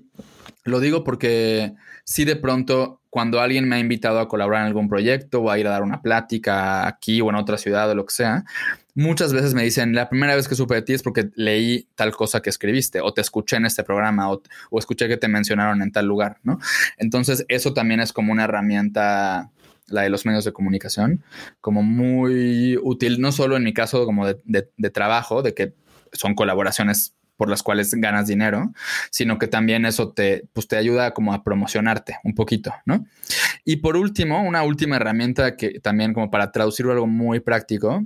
Lo digo porque sí, de pronto, cuando alguien me ha invitado a colaborar en algún proyecto o a ir a dar una plática aquí o en otra ciudad o lo que sea, muchas veces me dicen, la primera vez que supe de ti es porque leí tal cosa que escribiste o te escuché en este programa o, o escuché que te mencionaron en tal lugar, ¿no? Entonces, eso también es como una herramienta, la de los medios de comunicación, como muy útil, no solo en mi caso como de, de, de trabajo, de que son colaboraciones por las cuales ganas dinero, sino que también eso te, pues te ayuda como a promocionarte un poquito, ¿no? Y por último, una última herramienta que también como para traducirlo a algo muy práctico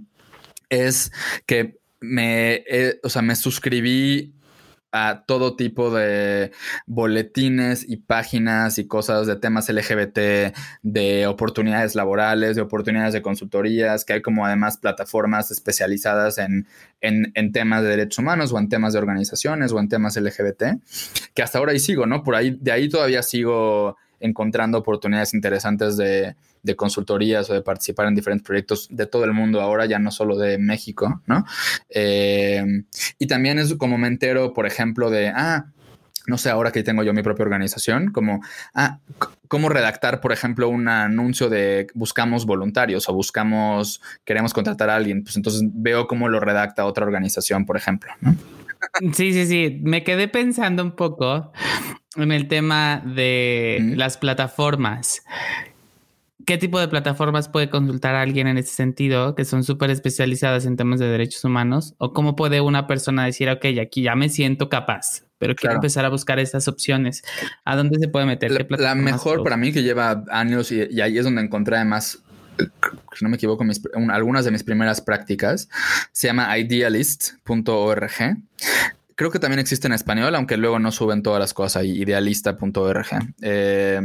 es que me, eh, o sea, me suscribí a todo tipo de boletines y páginas y cosas de temas L G B T, de oportunidades laborales, de oportunidades de consultorías, que hay como además plataformas especializadas en, en, en temas de derechos humanos o en temas de organizaciones o en temas L G B T, que hasta ahora ahí sigo, ¿no? Por ahí, de ahí todavía sigo encontrando oportunidades interesantes de, de consultorías o de participar en diferentes proyectos de todo el mundo ahora, ya no solo de México, ¿no? Eh, y también es como me entero, por ejemplo, de, ah, no sé, ahora que tengo yo mi propia organización, como, ah, cómo redactar, por ejemplo, un anuncio de buscamos voluntarios o buscamos, queremos contratar a alguien, pues entonces veo cómo lo redacta otra organización, por ejemplo, ¿no? Sí, sí, sí. Me quedé pensando un poco en el tema de ¿Mm? las plataformas. ¿Qué tipo de plataformas puede consultar a alguien en ese sentido, que son súper especializadas en temas de derechos humanos? ¿O cómo puede una persona decir, ok, aquí ya me siento capaz, pero quiero claro. empezar a buscar estas opciones? ¿A dónde se puede meter? La, la mejor para mí, que lleva años y, y ahí es donde encontré además, si no me equivoco, mis, un, algunas de mis primeras prácticas, se llama idealist punto org. Creo que también existe en español, aunque luego no suben todas las cosas ahí, idealista punto org. Eh,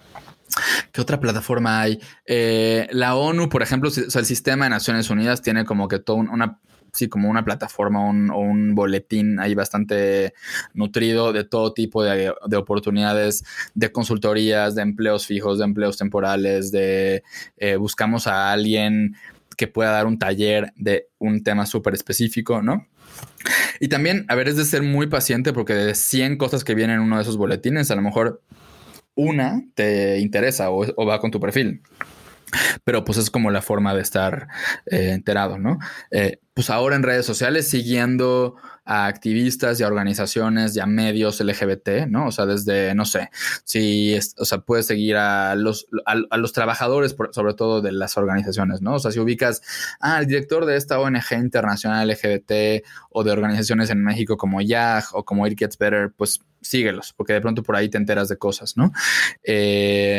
¿Qué otra plataforma hay? Eh, la ONU, por ejemplo, o sea, el Sistema de Naciones Unidas tiene como que toda una, sí, como una plataforma un, o un boletín ahí bastante nutrido de todo tipo de, de oportunidades, de consultorías, de empleos fijos, de empleos temporales, de eh, buscamos a alguien que pueda dar un taller de un tema súper específico, ¿no? Y también, a ver, es de ser muy paciente porque de cien cosas que vienen en uno de esos boletines, a lo mejor una te interesa o, o va con tu perfil. Pero pues es como la forma de estar eh, enterado, ¿no? Eh, pues ahora en redes sociales siguiendo a activistas y a organizaciones y a medios L G B T, ¿no? O sea, desde, no sé, si, es, o sea, puedes seguir a los, a, a los trabajadores, por, sobre todo de las organizaciones, ¿no? O sea, si ubicas al ah, director de esta O N G internacional L G B T o de organizaciones en México como Y A G o como It Gets Better, pues síguelos, porque de pronto por ahí te enteras de cosas, ¿no? Eh...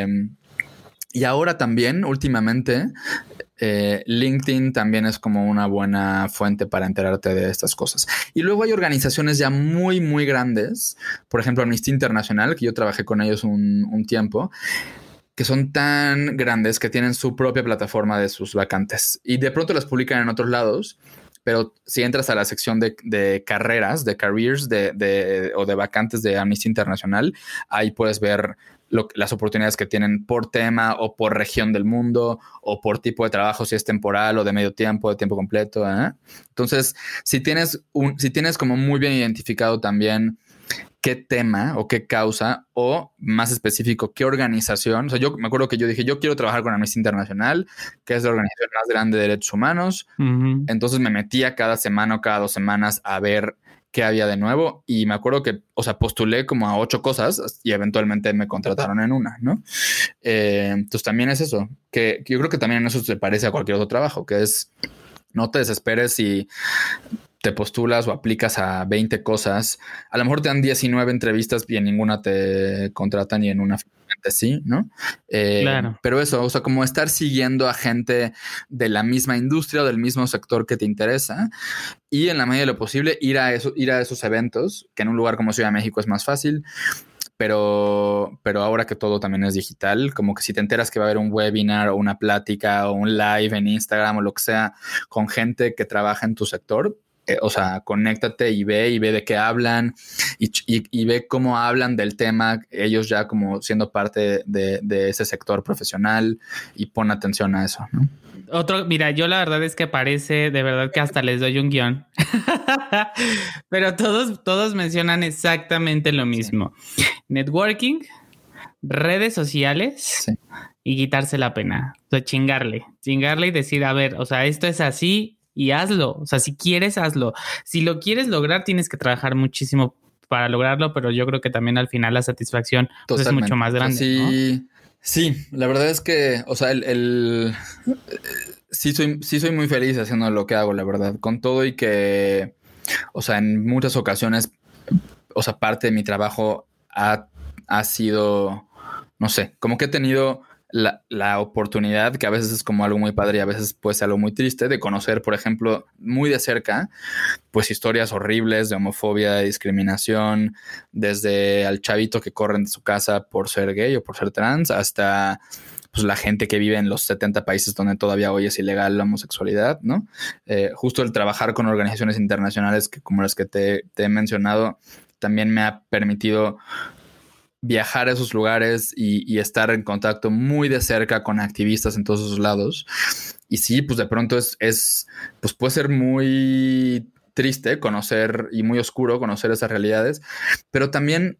Y ahora también, últimamente, eh, LinkedIn también es como una buena fuente para enterarte de estas cosas. Y luego hay organizaciones ya muy, muy grandes, por ejemplo, Amnistía Internacional, que yo trabajé con ellos un, un tiempo, que son tan grandes que tienen su propia plataforma de sus vacantes. Y de pronto las publican en otros lados, pero si entras a la sección de, de carreras, de careers de, de, o de vacantes de Amnistía Internacional, ahí puedes ver Lo, las oportunidades que tienen por tema o por región del mundo o por tipo de trabajo, si es temporal o de medio tiempo, de tiempo completo, ¿eh? Entonces, si tienes, un, si tienes como muy bien identificado también qué tema o qué causa o más específico, qué organización. O sea, yo me acuerdo que yo dije, yo quiero trabajar con Amnistía Internacional, que es la organización más grande de derechos humanos. Uh-huh. Entonces me metía cada semana o cada dos semanas a ver qué había de nuevo y me acuerdo que, o sea, postulé como a ocho cosas y eventualmente me contrataron en una, ¿no? Eh, entonces también es eso, que, que yo creo que también eso se parece a cualquier otro trabajo, que es no te desesperes si te postulas o aplicas a veinte cosas. A lo mejor te dan diecinueve entrevistas y en ninguna te contratan y en una sí, ¿no? Eh, claro. Pero eso, o sea, como estar siguiendo a gente de la misma industria o del mismo sector que te interesa y en la medida de lo posible ir a, eso, ir a esos eventos, que en un lugar como Ciudad de México es más fácil, pero, pero ahora que todo también es digital, como que si te enteras que va a haber un webinar o una plática o un live en Instagram o lo que sea con gente que trabaja en tu sector, eh, o sea, conéctate y ve y ve de qué hablan y, y, y ve cómo hablan del tema, ellos ya como siendo parte de, de ese sector profesional, y pon atención a eso, ¿no? Otro, mira, yo la verdad es que parece de verdad que hasta les doy un guión. Pero todos, todos mencionan exactamente lo mismo. Sí. Networking, redes sociales, sí, y quitarse la pena. O sea, chingarle, chingarle y decir, a ver, o sea, esto es así y hazlo. O sea, si quieres, hazlo. Si lo quieres lograr, tienes que trabajar muchísimo para lograrlo, pero yo creo que también al final la satisfacción pues, es mucho más grande. Sí. ¿No? Sí, la verdad es que, o sea, el, el sí soy, sí soy muy feliz haciendo lo que hago, la verdad, con todo y que, o sea, en muchas ocasiones, o sea, parte de mi trabajo ha, ha sido, no sé, como que he tenido la, la oportunidad, que a veces es como algo muy padre y a veces puede ser algo muy triste, de conocer, por ejemplo, muy de cerca, pues historias horribles de homofobia, de discriminación, desde al chavito que corren de su casa por ser gay o por ser trans, hasta pues la gente que vive en los setenta países donde todavía hoy es ilegal la homosexualidad, ¿no? Eh, justo el trabajar con organizaciones internacionales que, como las que te, te he mencionado, también me ha permitido viajar a esos lugares y, y estar en contacto muy de cerca con activistas en todos esos lados. Y sí, pues de pronto es, es pues puede ser muy triste conocer y muy oscuro conocer esas realidades, pero también,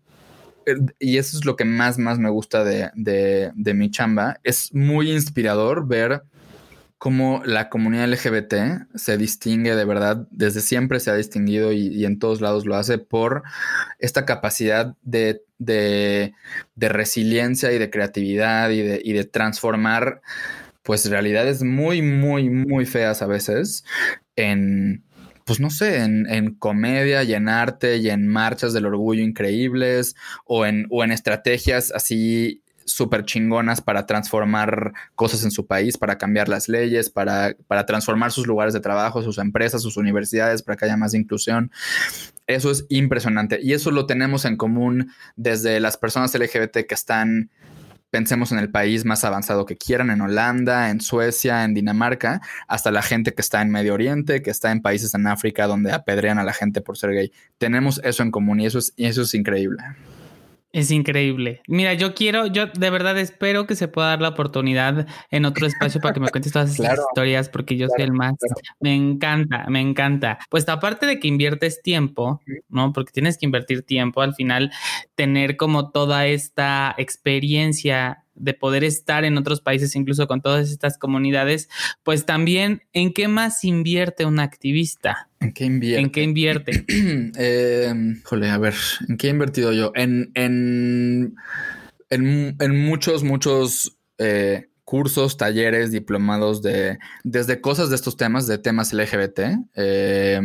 y eso es lo que más, más me gusta de, de, de mi chamba, es muy inspirador ver cómo la comunidad L G B T se distingue de verdad, desde siempre se ha distinguido y, y en todos lados lo hace por esta capacidad de, de, de resiliencia y de creatividad y de, y de transformar pues realidades muy, muy, muy feas a veces en, pues no sé, en, en comedia y en arte y en marchas del orgullo increíbles o en, o en estrategias así súper chingonas para transformar cosas en su país, para cambiar las leyes, para, para transformar sus lugares de trabajo, sus empresas, sus universidades, para que haya más inclusión. Eso es impresionante y eso lo tenemos en común desde las personas L G B T que están, pensemos en el país más avanzado que quieran, en Holanda, en Suecia, en Dinamarca, hasta la gente que está en Medio Oriente, que está en países en África donde apedrean a la gente por ser gay. Tenemos eso en común y eso es, y eso es increíble. Es increíble. Mira, yo quiero, yo de verdad espero que se pueda dar la oportunidad en otro espacio para que me cuentes todas esas claro, historias, porque yo claro, soy el más. Claro. Me encanta, me encanta. Pues aparte de que inviertes tiempo, ¿no? Porque tienes que invertir tiempo, al final tener como toda esta experiencia de poder estar en otros países, incluso con todas estas comunidades, pues también, ¿en qué más invierte un activista? ¿En qué invierte? ¿En qué invierte? eh, jole, a ver, ¿en qué he invertido yo? En, en, en, en muchos, muchos eh, cursos, talleres, diplomados de desde cosas de estos temas, de temas L G B T, eh,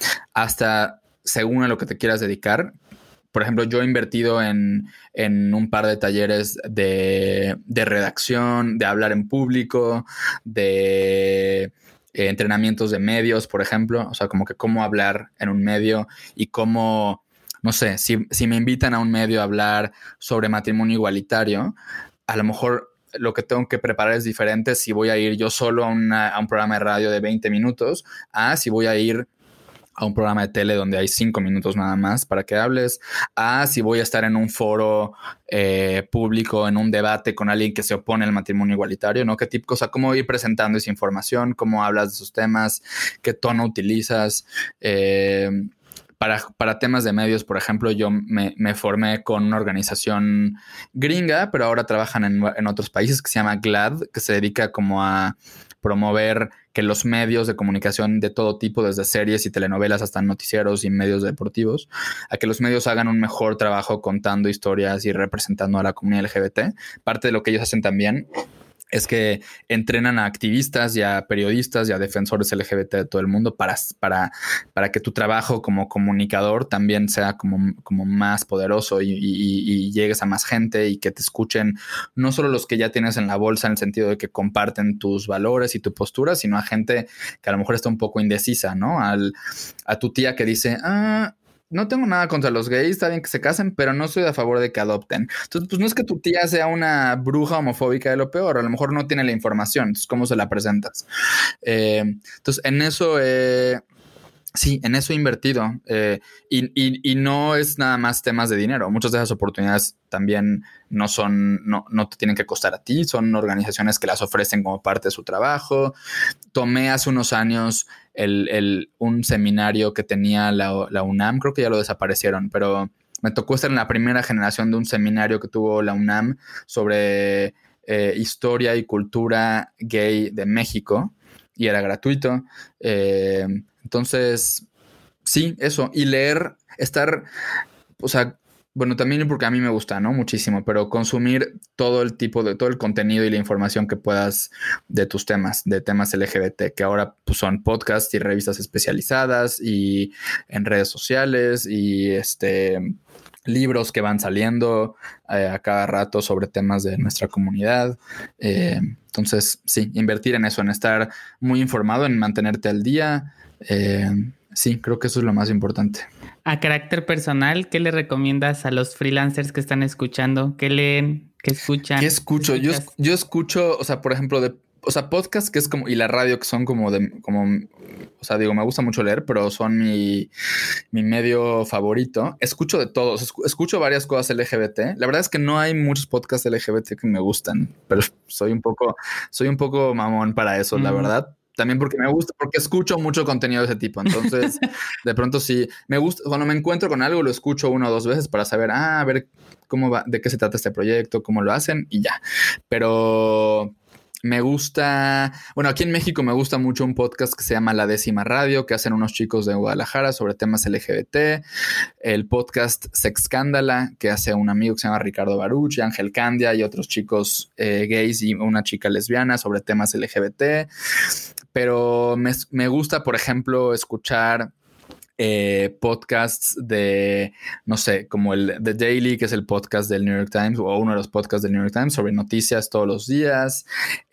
hasta según a lo que te quieras dedicar. Por ejemplo, yo he invertido en, en un par de talleres de, de redacción, de hablar en público, de eh, entrenamientos de medios, por ejemplo. O sea, como que cómo hablar en un medio y cómo, no sé, si, si me invitan a un medio a hablar sobre matrimonio igualitario, a lo mejor lo que tengo que preparar es diferente si voy a ir yo solo a, una, a un programa de radio de veinte minutos, a si voy a ir a un programa de tele donde hay cinco minutos nada más para que hables, a si voy a estar en un foro eh, público, en un debate con alguien que se opone al matrimonio igualitario, ¿no? ¿Qué tipo, o sea, cómo ir presentando esa información, cómo hablas de esos temas, qué tono utilizas? Eh, para, para temas de medios, por ejemplo, yo me, me formé con una organización gringa, pero ahora trabajan en, en otros países, que se llama GLAAD, que se dedica como a promover que los medios de comunicación de todo tipo, desde series y telenovelas hasta noticieros y medios deportivos, a que los medios hagan un mejor trabajo contando historias y representando a la comunidad L G B T. Parte de lo que ellos hacen también es que entrenan a activistas y a periodistas y a defensores L G B T de todo el mundo para, para, para que tu trabajo como comunicador también sea como, como más poderoso y, y, y llegues a más gente y que te escuchen no solo los que ya tienes en la bolsa en el sentido de que comparten tus valores y tu postura, sino a gente que a lo mejor está un poco indecisa, ¿no? Al, a tu tía que dice, ah, no tengo nada contra los gays, está bien que se casen, pero no estoy a favor de que adopten. Entonces, pues no es que tu tía sea una bruja homofóbica de lo peor, a lo mejor no tiene la información, entonces, ¿cómo se la presentas? Eh, entonces, en eso eh, Sí, en eso he invertido. Eh, y, y, y no es nada más temas de dinero. Muchas de esas oportunidades también no son, no, no te tienen que costar a ti. Son organizaciones que las ofrecen como parte de su trabajo. Tomé hace unos años el, el, un seminario que tenía la, la UNAM. Creo que ya lo desaparecieron, pero me tocó estar en la primera generación de un seminario que tuvo la UNAM sobre eh, historia y cultura gay de México. Y era gratuito. Eh, entonces, sí, eso. Y leer, estar, o sea, bueno, también porque a mí me gusta, ¿no? Muchísimo, pero consumir todo el tipo de, todo el contenido y la información que puedas de tus temas, de temas L G B T, que ahora pues, son podcasts y revistas especializadas y en redes sociales y este... libros que van saliendo eh, a cada rato sobre temas de nuestra comunidad. Eh, entonces, sí, invertir en eso, en estar muy informado, en mantenerte al día. Eh, sí, creo que eso es lo más importante. A carácter personal, ¿qué le recomiendas a los freelancers que están escuchando? ¿Qué leen? ¿Qué escuchan? ¿Qué escucho? ¿Qué yo, yo escucho, o sea, por ejemplo, de O sea, podcast que es como, y la radio que son como de, como, o sea, digo, me gusta mucho leer, pero son mi, mi medio favorito. Escucho de todos, escucho varias cosas L G B T. La verdad es que no hay muchos podcasts L G B T que me gustan, pero soy un poco, soy un poco mamón para eso, mm. la verdad. También porque me gusta, porque escucho mucho contenido de ese tipo. Entonces, de pronto sí, me gusta, cuando me encuentro con algo, lo escucho una o dos veces para saber, ah, a ver cómo va, de qué se trata este proyecto, cómo lo hacen y ya. Pero... me gusta, bueno, aquí en México me gusta mucho un podcast que se llama La Décima Radio, que hacen unos chicos de Guadalajara sobre temas L G B T. El podcast Sexcándala, que hace un amigo que se llama Ricardo Baruch, y Ángel Candia y otros chicos eh, gays y una chica lesbiana sobre temas L G B T. Pero me, me gusta, por ejemplo, escuchar... Eh, podcasts de, no sé, como el The Daily, que es el podcast del New York Times, o uno de los podcasts del New York Times sobre noticias todos los días,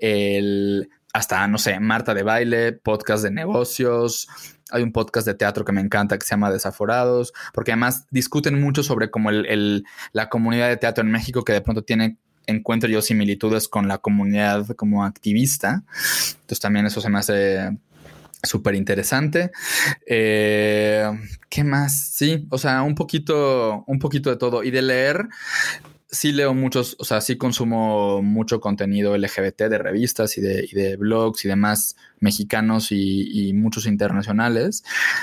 el, hasta, no sé, Marta de Baile, podcast de negocios. Hay un podcast de teatro que me encanta que se llama Desaforados, porque además discuten mucho sobre como el, el, la comunidad de teatro en México, que de pronto tiene, encuentro yo similitudes con la comunidad como activista. Entonces también eso se me hace... súper interesante. Eh, ¿Qué más? Sí, o sea, un poquito, un poquito de todo. Y de leer, sí leo muchos, o sea, sí consumo mucho contenido L G B T de revistas y de, y de blogs y demás mexicanos y, y muchos internacionales.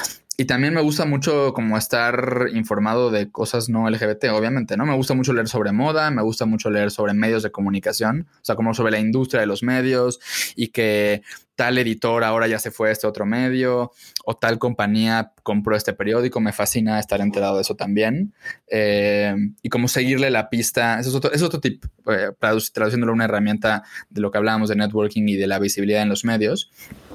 Y también me gusta mucho como estar informado de cosas no L G B T, obviamente, ¿no? Me gusta mucho leer sobre moda, me gusta mucho leer sobre medios de comunicación, o sea, como sobre la industria de los medios y que tal editor ahora ya se fue a este otro medio o tal compañía compró este periódico. Me fascina estar enterado de eso también. Eh, y como seguirle la pista, eso es otro, es otro tip, eh, traduciéndolo a una herramienta de lo que hablábamos de networking y de la visibilidad en los medios.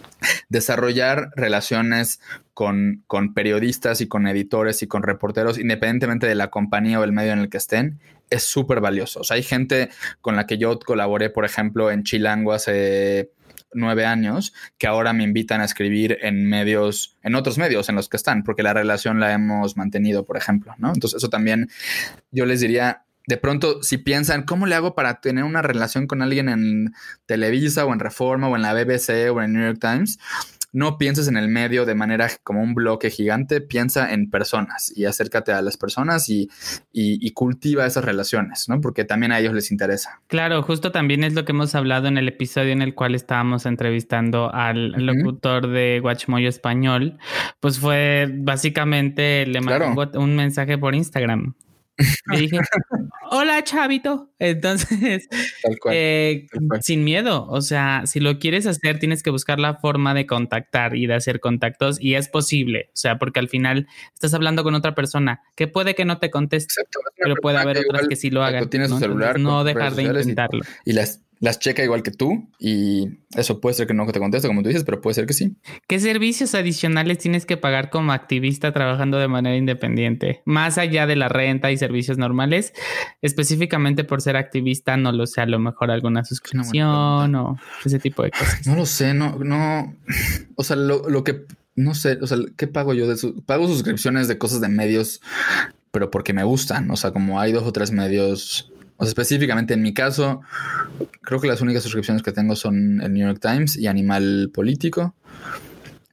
Desarrollar relaciones con, con periodistas y con editores y con reporteros, independientemente de la compañía o el medio en el que estén, es súper valioso. O sea, hay gente con la que yo colaboré, por ejemplo, en Chilango hace nueve años, que ahora me invitan a escribir en medios, en otros medios en los que están, porque la relación la hemos mantenido, por ejemplo, ¿no? Entonces, eso también yo les diría... De pronto, si piensan, ¿cómo le hago para tener una relación con alguien en Televisa o en Reforma o en la B B C o en el New York Times? No pienses en el medio de manera como un bloque gigante, piensa en personas y acércate a las personas y, y, y cultiva esas relaciones, ¿no? Porque también a ellos les interesa. Claro, justo también es lo que hemos hablado en el episodio en el cual estábamos entrevistando al uh-huh. locutor de Guachimoyo Español. Pues fue básicamente, le mandó claro. un mensaje por Instagram. Le dije, hola chavito. Entonces, tal cual, eh, tal cual. Sin miedo. O sea, si lo quieres hacer, tienes que buscar la forma de contactar y de hacer contactos, y es posible. O sea, porque al final estás hablando con otra persona que puede que no te conteste, exacto, pero puede haber otras que sí lo hagan. Tienes ¿no? su celular, entonces, no dejar de intentarlo. Y, y las las checa igual que tú, y eso puede ser que no te conteste como tú dices, pero puede ser que sí. ¿Qué servicios adicionales tienes que pagar como activista trabajando de manera independiente? Más allá de la renta y servicios normales, específicamente por ser activista, no lo sé, a lo mejor alguna suscripción o ese tipo de cosas. No lo sé, no, no, o sea, lo, lo que, no sé, o sea, ¿qué pago yo de su, pago suscripciones de cosas de medios, pero porque me gustan, o sea, como hay dos o tres medios... O sea, específicamente en mi caso, creo que las únicas suscripciones que tengo son el New York Times y Animal Político.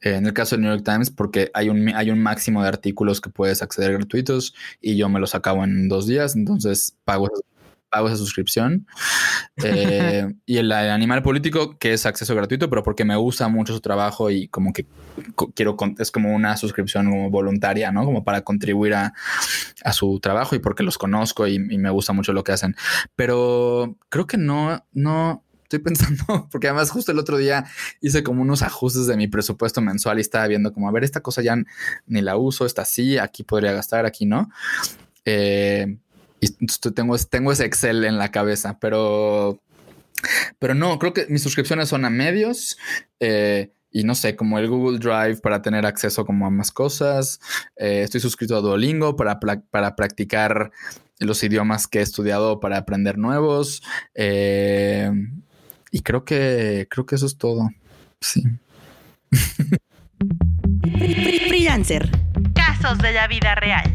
En el caso del New York Times, porque hay un, hay un máximo de artículos que puedes acceder gratuitos y yo me los acabo en dos días, entonces pago, pago esa suscripción. Eh, y el, el Animal Político, que es acceso gratuito, pero porque me gusta mucho su trabajo y como que quiero, es como una suscripción como voluntaria, ¿no? Como para contribuir a, a su trabajo y porque los conozco y, y me gusta mucho lo que hacen. Pero creo que no, no... Estoy pensando, porque además justo el otro día hice como unos ajustes de mi presupuesto mensual y estaba viendo como, a ver, esta cosa ya ni la uso, esta sí, aquí podría gastar, aquí no. Eh, y tengo, tengo ese Excel en la cabeza, pero, pero no, creo que mis suscripciones son a medios eh, y no sé, como el Google Drive para tener acceso como a más cosas. Eh, estoy suscrito a Duolingo para, para practicar los idiomas que he estudiado para aprender nuevos. Eh, Y creo que creo que eso es todo. Sí. Freelancer. Casos de la vida real.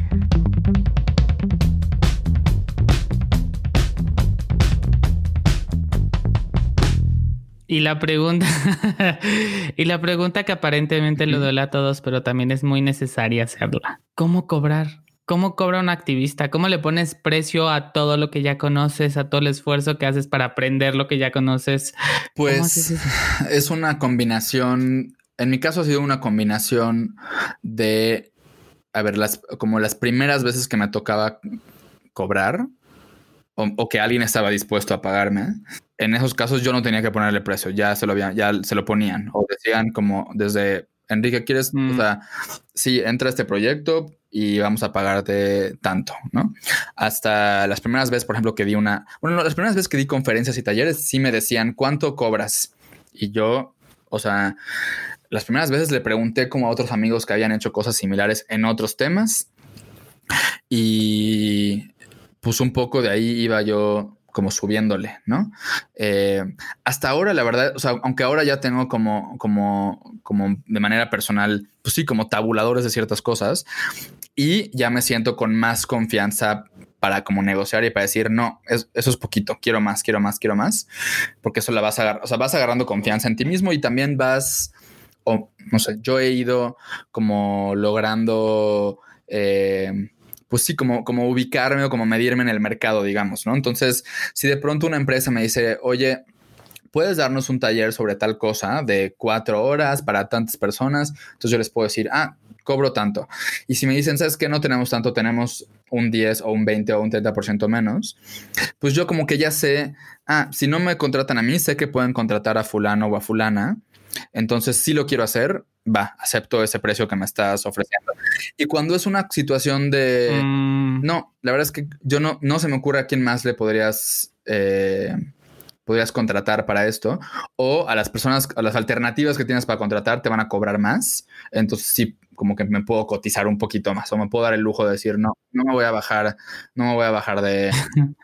Y la pregunta y la pregunta que aparentemente lo duele a todos, pero también es muy necesaria hacerla. ¿Cómo cobrar? ¿Cómo cobra un activista? ¿Cómo le pones precio a todo lo que ya conoces, a todo el esfuerzo que haces para aprender lo que ya conoces? Pues es una combinación, en mi caso ha sido una combinación de, a ver, las, como las primeras veces que me tocaba cobrar o, o que alguien estaba dispuesto a pagarme. En esos casos yo no tenía que ponerle precio, ya se lo habían, ya se lo ponían o decían como desde Enrique, ¿quieres? Mm. O sea, sí, entra a este proyecto y vamos a pagarte tanto, ¿no? Hasta las primeras veces, por ejemplo, que di una... Bueno, no, las primeras veces que di conferencias y talleres sí me decían, ¿cuánto cobras? Y yo, o sea, las primeras veces le pregunté como a otros amigos que habían hecho cosas similares en otros temas y pues un poco de ahí iba yo como subiéndole, ¿no? Eh, hasta ahora, la verdad, o sea, aunque ahora ya tengo como, como, como de manera personal, pues sí, como tabuladores de ciertas cosas y ya me siento con más confianza para como negociar y para decir, no, es, eso es poquito, quiero más, quiero más, quiero más, porque eso la vas a agarrar, o sea, vas agarrando confianza en ti mismo y también vas, o no sé, yo he ido como logrando... Eh, pues sí, como, como ubicarme o como medirme en el mercado, digamos, ¿no? Entonces, si de pronto una empresa me dice, oye, ¿puedes darnos un taller sobre tal cosa de cuatro horas para tantas personas? Entonces yo les puedo decir, ah, cobro tanto. Y si me dicen, ¿sabes qué? No tenemos tanto, tenemos un diez o un veinte o un treinta por ciento menos. Pues yo como que ya sé, ah, si no me contratan a mí, sé que pueden contratar a fulano o a fulana. Entonces, si lo quiero hacer, va, acepto ese precio que me estás ofreciendo. Y cuando es una situación de... Mm. No, la verdad es que yo no, no se me ocurre a quién más le podrías... Eh, podrías contratar para esto, o a las personas, a las alternativas que tienes para contratar te van a cobrar más. Entonces sí, como que me puedo cotizar un poquito más o me puedo dar el lujo de decir, no, no me voy a bajar, no me voy a bajar de,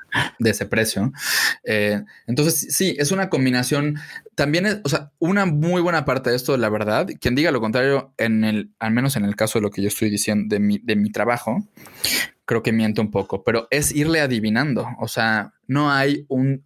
de ese precio. Eh, entonces sí, es una combinación. También es, o sea, una muy buena parte de esto, la verdad, quien diga lo contrario, en el, al menos en el caso de lo que yo estoy diciendo de mi, de mi trabajo, creo que miento un poco, pero es irle adivinando. O sea, no hay un,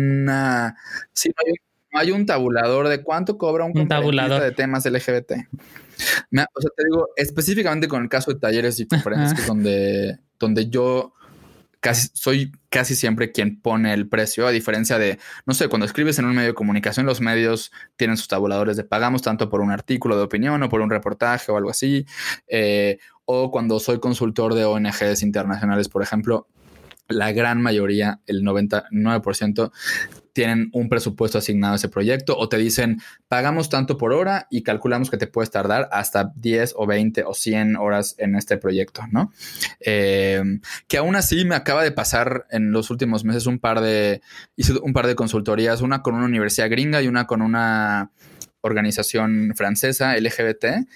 una, sí, no hay un, no hay un tabulador de cuánto cobra un, un tabulador de temas L G B T. Me, o sea, te digo, específicamente con el caso de talleres y conferencias, que es donde, donde yo casi soy casi siempre quien pone el precio, a diferencia de, no sé, cuando escribes en un medio de comunicación, los medios tienen sus tabuladores de pagamos tanto por un artículo de opinión o por un reportaje o algo así. Eh, o cuando soy consultor de O N Ges internacionales, por ejemplo, la gran mayoría, el noventa y nueve por ciento, tienen un presupuesto asignado a ese proyecto o te dicen, pagamos tanto por hora y calculamos que te puedes tardar hasta diez o veinte o cien horas en este proyecto, ¿no? Eh, que aún así me acaba de pasar en los últimos meses un par de, hice un par de consultorías, una con una universidad gringa y una con una organización francesa L G B T,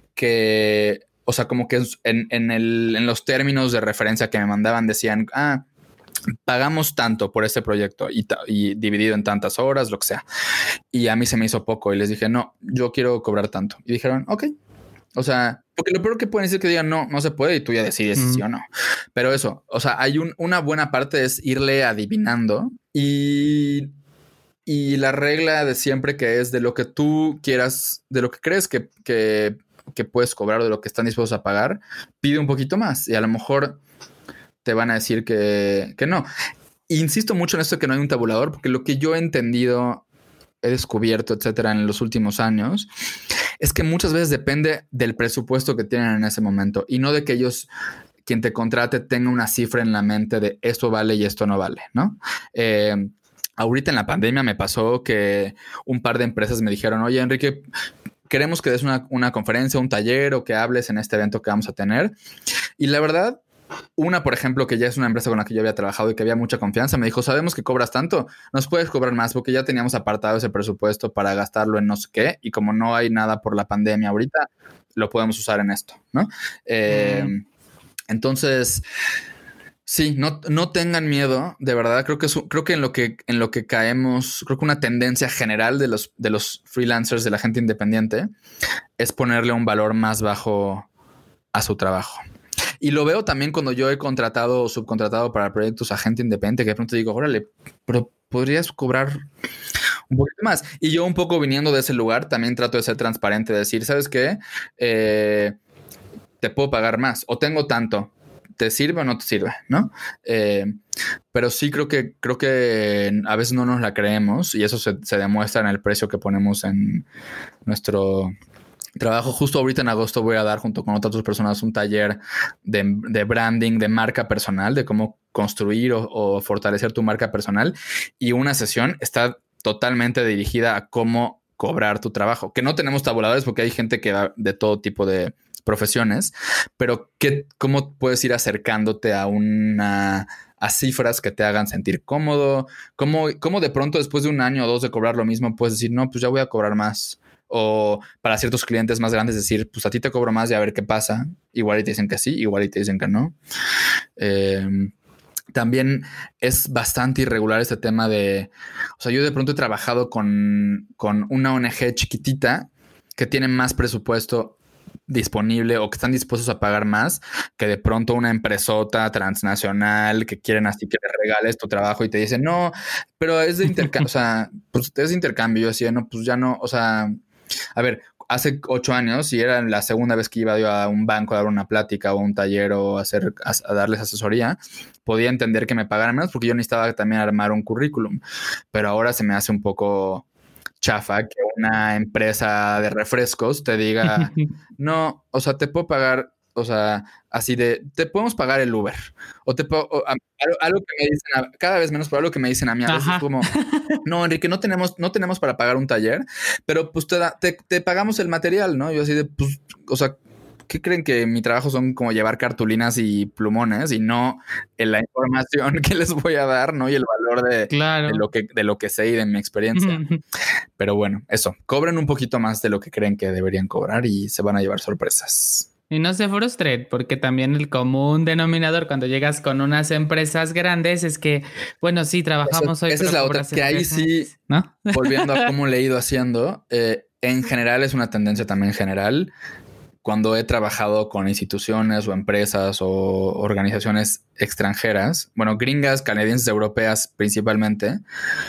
que... O sea, como que en, en, el, en los términos de referencia que me mandaban decían, ah, pagamos tanto por este proyecto y, y dividido en tantas horas, lo que sea. Y a mí se me hizo poco y les dije, no, yo quiero cobrar tanto. Y dijeron, ok. O sea, porque lo peor que pueden decir es que digan, no, no se puede y tú ya decides mm. si sí o no. Pero eso, o sea, hay un, una buena parte es irle adivinando y... y la regla de siempre que es de lo que tú quieras, de lo que crees que, que, que puedes cobrar o de lo que están dispuestos a pagar, pide un poquito más y a lo mejor te van a decir que, que no. Insisto mucho en esto de que no hay un tabulador, porque lo que yo he entendido, he descubierto, etcétera, en los últimos años, es que muchas veces depende del presupuesto que tienen en ese momento y no de que ellos, quien te contrate, tenga una cifra en la mente de esto vale y esto no vale, ¿no? Eh, ahorita en la pandemia me pasó que un par de empresas me dijeron, oye, Enrique, queremos que des una, una conferencia, un taller o que hables en este evento que vamos a tener. Y la verdad, una, por ejemplo, que ya es una empresa con la que yo había trabajado y que había mucha confianza, me dijo, sabemos que cobras tanto, nos puedes cobrar más porque ya teníamos apartado ese presupuesto para gastarlo en no sé qué y como no hay nada por la pandemia ahorita, lo podemos usar en esto, ¿no? Eh, mm. Entonces, sí, no, no tengan miedo, de verdad, creo que, es, creo que en lo que en lo que caemos, creo que una tendencia general de los, de los freelancers, de la gente independiente, es ponerle un valor más bajo a su trabajo. Y lo veo también cuando yo he contratado o subcontratado para proyectos a gente independiente, que de pronto digo, órale, pero podrías cobrar un poquito más. Y yo un poco viniendo de ese lugar, también trato de ser transparente, de decir, ¿sabes qué? Eh, te puedo pagar más o tengo tanto. ¿Te sirve o no te sirve? ¿No? Eh, pero sí creo que, creo que a veces no nos la creemos y eso se, se demuestra en el precio que ponemos en nuestro trabajo. Justo ahorita en agosto voy a dar junto con otras dos personas un taller de, de branding, de marca personal, de cómo construir o, o fortalecer tu marca personal. Y una sesión está totalmente dirigida a cómo cobrar tu trabajo. Que no tenemos tabuladores porque hay gente que da de todo tipo de profesiones, pero ¿qué, cómo puedes ir acercándote a una a cifras que te hagan sentir cómodo? ¿Cómo, cómo de pronto después de un año o dos de cobrar lo mismo puedes decir, no, pues ya voy a cobrar más? O para ciertos clientes más grandes decir, pues a ti te cobro más y a ver qué pasa. Igual y te dicen que sí, igual y te dicen que no. Eh, también es bastante irregular este tema de... O sea, yo de pronto he trabajado con, con una O N G chiquitita que tiene más presupuesto disponible o que están dispuestos a pagar más que de pronto una empresota transnacional que quieren así que le regales tu trabajo y te dicen, no, pero es de intercambio, o sea, pues es de intercambio. Yo decía, no, pues ya no, o sea, a ver, hace ocho años, y era la segunda vez que iba yo a un banco a dar una plática o un taller o a, hacer, a, a darles asesoría, podía entender que me pagaran menos porque yo necesitaba también armar un currículum, pero ahora se me hace un poco chafa que una empresa de refrescos te diga, no, o sea, te puedo pagar, o sea, así de, te podemos pagar el Uber, o te puedo, o, a, algo, algo que me dicen, a, cada vez menos, pero algo que me dicen a mí a veces es como, no, Enrique, no tenemos, no tenemos para pagar un taller, pero pues te, da, te, te pagamos el material, ¿no? Yo así de, pues, o sea, ¿qué creen que mi trabajo son como llevar cartulinas y plumones y no en la información que les voy a dar, ¿no? Y el valor de, claro. de, lo, que, de lo que sé y de mi experiencia. Pero bueno, eso, cobren un poquito más de lo que creen que deberían cobrar y se van a llevar sorpresas. Y no se frustren, porque también el común denominador cuando llegas con unas empresas grandes es que, bueno, sí, trabajamos eso, hoy. Esa es la otra, que ahí sí, ¿no? Volviendo a cómo le he ido haciendo, eh, en general es una tendencia también general. Cuando he trabajado con instituciones o empresas o organizaciones extranjeras, bueno, gringas, canadienses, europeas principalmente,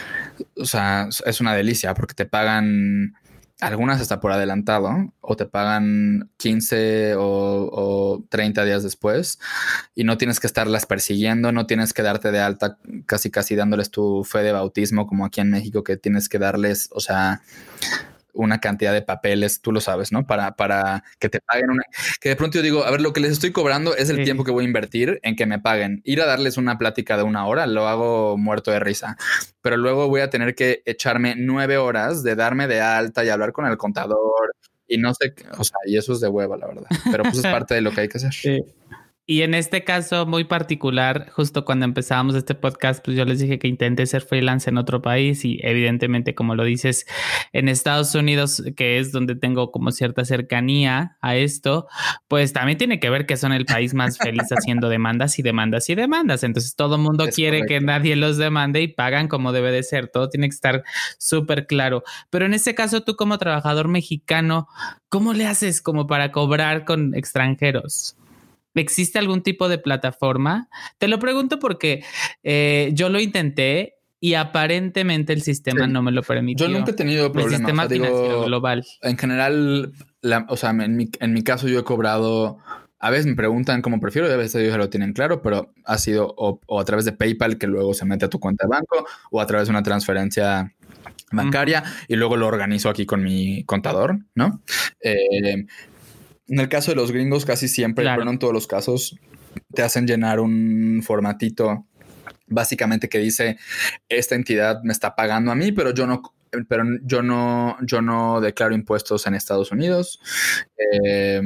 o sea, es una delicia porque te pagan algunas hasta por adelantado o te pagan quince o, o treinta días después y no tienes que estarlas persiguiendo, no tienes que darte de alta casi casi dándoles tu fe de bautismo como aquí en México que tienes que darles, o sea... una cantidad de papeles, tú lo sabes, ¿no? Para, para que te paguen una... Que de pronto yo digo, a ver, lo que les estoy cobrando es el sí. tiempo que voy a invertir en que me paguen. Ir a darles una plática de una hora, lo hago muerto de risa. Pero luego voy a tener que echarme nueve horas de darme de alta y hablar con el contador y no sé, o sea, y eso es de hueva, la verdad. Pero pues es parte de lo que hay que hacer. Sí. Y en este caso muy particular, justo cuando empezábamos este podcast, pues yo les dije que intenté ser freelance en otro país y evidentemente, como lo dices, en Estados Unidos, que es donde tengo como cierta cercanía a esto, pues también tiene que ver que son el país más feliz haciendo demandas y demandas y demandas. Entonces todo el mundo es quiere correcto. Que nadie los demande y pagan como debe de ser. Todo tiene que estar súper claro. Pero en este caso, tú como trabajador mexicano, ¿cómo le haces como para cobrar con extranjeros? ¿Existe algún tipo de plataforma? Te lo pregunto porque eh, yo lo intenté y aparentemente el sistema sí. no me lo permitió. Yo nunca he tenido problemas. El sistema o sea, financiero digo, global. En general, la, o sea, en mi, en mi caso yo he cobrado... A veces me preguntan cómo prefiero y a veces ellos ya lo tienen claro, pero ha sido o, o a través de PayPal, que luego se mete a tu cuenta de banco, o a través de una transferencia bancaria uh-huh. y luego lo organizo aquí con mi contador, ¿no? Eh, en el caso de los gringos casi siempre, claro. pero no en todos los casos, te hacen llenar un formatito básicamente que dice esta entidad me está pagando a mí, pero yo no... pero yo no, yo no declaro impuestos en Estados Unidos. Eh,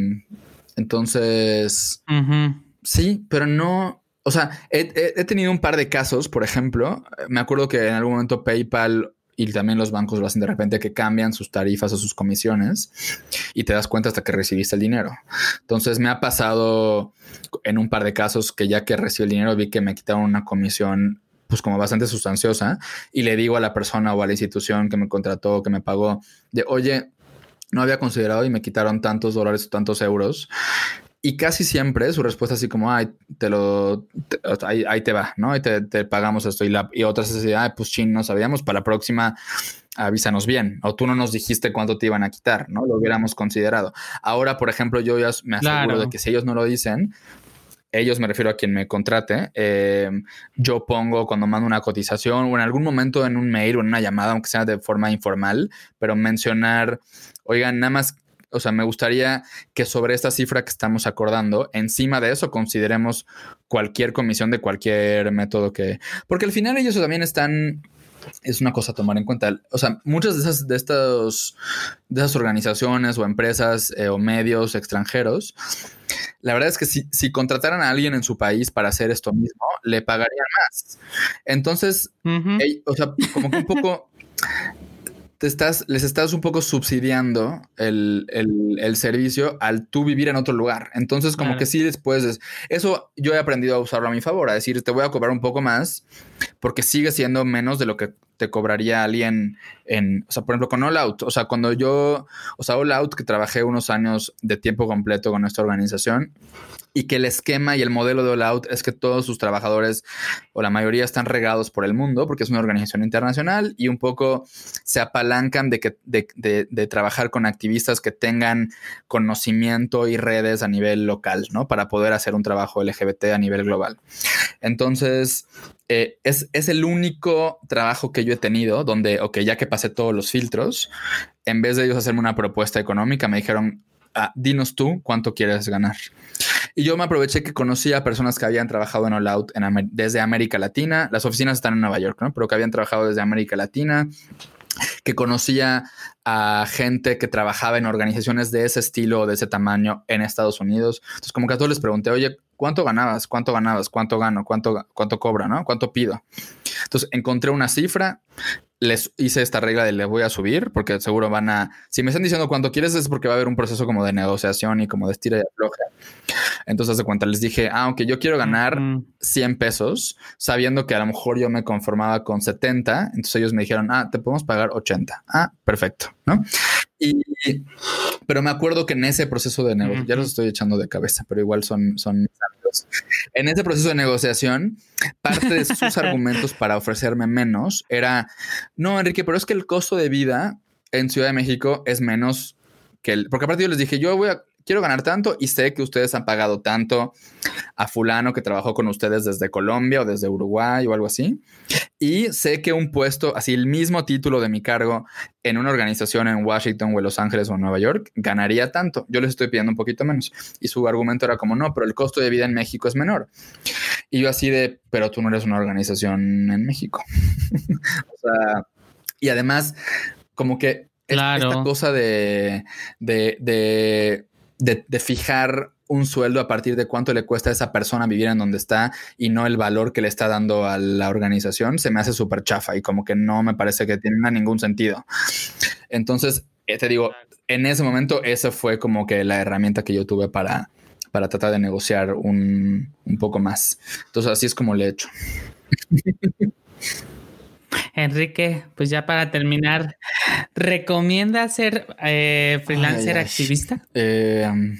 entonces, uh-huh. sí, pero no, o sea, he, he tenido un par de casos, por ejemplo, me acuerdo que en algún momento PayPal y también los bancos lo hacen de repente que cambian sus tarifas o sus comisiones y te das cuenta hasta que recibiste el dinero. Entonces me ha pasado en un par de casos que ya que recibí el dinero vi que me quitaron una comisión pues como bastante sustanciosa y le digo a la persona o a la institución que me contrató, que me pagó, de oye, no había considerado y me quitaron tantos dólares o tantos euros. Y casi siempre su respuesta así como, ay, te lo, te, ahí, ahí te va, ¿no? Y te, te pagamos esto. Y, la, y otras así, ay, pues chin, no sabíamos, para la próxima avísanos bien. O tú no nos dijiste cuánto te iban a quitar, ¿no? Lo hubiéramos considerado. Ahora, por ejemplo, yo ya me aseguro claro. de que si ellos no lo dicen, ellos me refiero a quien me contrate, eh, yo pongo cuando mando una cotización o en algún momento en un mail o en una llamada, aunque sea de forma informal, pero mencionar, oigan, nada más, o sea, me gustaría que sobre esta cifra que estamos acordando, encima de eso consideremos cualquier comisión de cualquier método que... Porque al final ellos también están... Es una cosa a tomar en cuenta. O sea, muchas de esas, de estos, de esas organizaciones o empresas eh, o medios extranjeros, la verdad es que si, si contrataran a alguien en su país para hacer esto mismo, le pagarían más. Entonces, uh-huh. eh, o sea, como que un poco... Te estás, les estás un poco subsidiando el, el, el servicio al tú vivir en otro lugar. Entonces, como claro. que sí después... De, eso yo he aprendido a usarlo a mi favor, a decir, te voy a cobrar un poco más porque sigue siendo menos de lo que te cobraría alguien en... O sea, por ejemplo, con All Out. O sea, cuando yo... O sea, All Out, que trabajé unos años de tiempo completo con esta organización... Y que el esquema y el modelo de All Out es que todos sus trabajadores o la mayoría están regados por el mundo porque es una organización internacional y un poco se apalancan de, que, de, de, de trabajar con activistas que tengan conocimiento y redes a nivel local, ¿no? Para poder hacer un trabajo L G B T a nivel global. Entonces, eh, es, es el único trabajo que yo he tenido donde, ok, ya que pasé todos los filtros, en vez de ellos hacerme una propuesta económica, me dijeron, ah, dinos tú cuánto quieres ganar. Y yo me aproveché que conocía a personas que habían trabajado en All Out en Amer- desde América Latina. Las oficinas están en Nueva York, ¿no? Pero que habían trabajado desde América Latina, que conocía a gente que trabajaba en organizaciones de ese estilo o de ese tamaño en Estados Unidos. Entonces, como que a todos les pregunté, oye, ¿cuánto ganabas? ¿Cuánto ganabas? ¿Cuánto gano? ¿Cuánto, cuánto cobra? ¿No? ¿Cuánto pido? Entonces, encontré una cifra. Les hice esta regla de le voy a subir porque seguro van a... Si me están diciendo cuánto quieres es porque va a haber un proceso como de negociación y como de estira y afloja. Entonces, de cuenta, les dije, ah, ok, yo quiero ganar uh-huh. cien pesos, sabiendo que a lo mejor yo me conformaba con setenta. Entonces ellos me dijeron, ah, te podemos pagar ochenta. Ah, perfecto, ¿no? Y... Pero me acuerdo que en ese proceso de negociación, uh-huh. ya los estoy echando de cabeza, pero igual son, son mis amigos. En ese proceso de negociación, parte de sus argumentos para ofrecerme menos era, no, Enrique, pero es que el costo de vida en Ciudad de México es menos que el... Porque aparte yo les dije, yo voy a... Quiero ganar tanto y sé que ustedes han pagado tanto a fulano que trabajó con ustedes desde Colombia o desde Uruguay o algo así. Y sé que un puesto, así el mismo título de mi cargo en una organización en Washington o en Los Ángeles o en Nueva York, ganaría tanto. Yo les estoy pidiendo un poquito menos. Y su argumento era como, no, pero el costo de vida en México es menor. Y yo así de, pero tú no eres una organización en México. O sea, y además, como que claro. esta cosa de... de, de De, de fijar un sueldo a partir de cuánto le cuesta a esa persona vivir en donde está y no el valor que le está dando a la organización, se me hace súper chafa y como que no me parece que tenga ningún sentido. Entonces, te digo, en ese momento esa fue como que la herramienta que yo tuve para, para tratar de negociar un, un poco más. Entonces, así es como le he hecho. Enrique, pues ya para terminar, ¿recomienda ser eh, freelancer ay, ay. activista? Eh, um,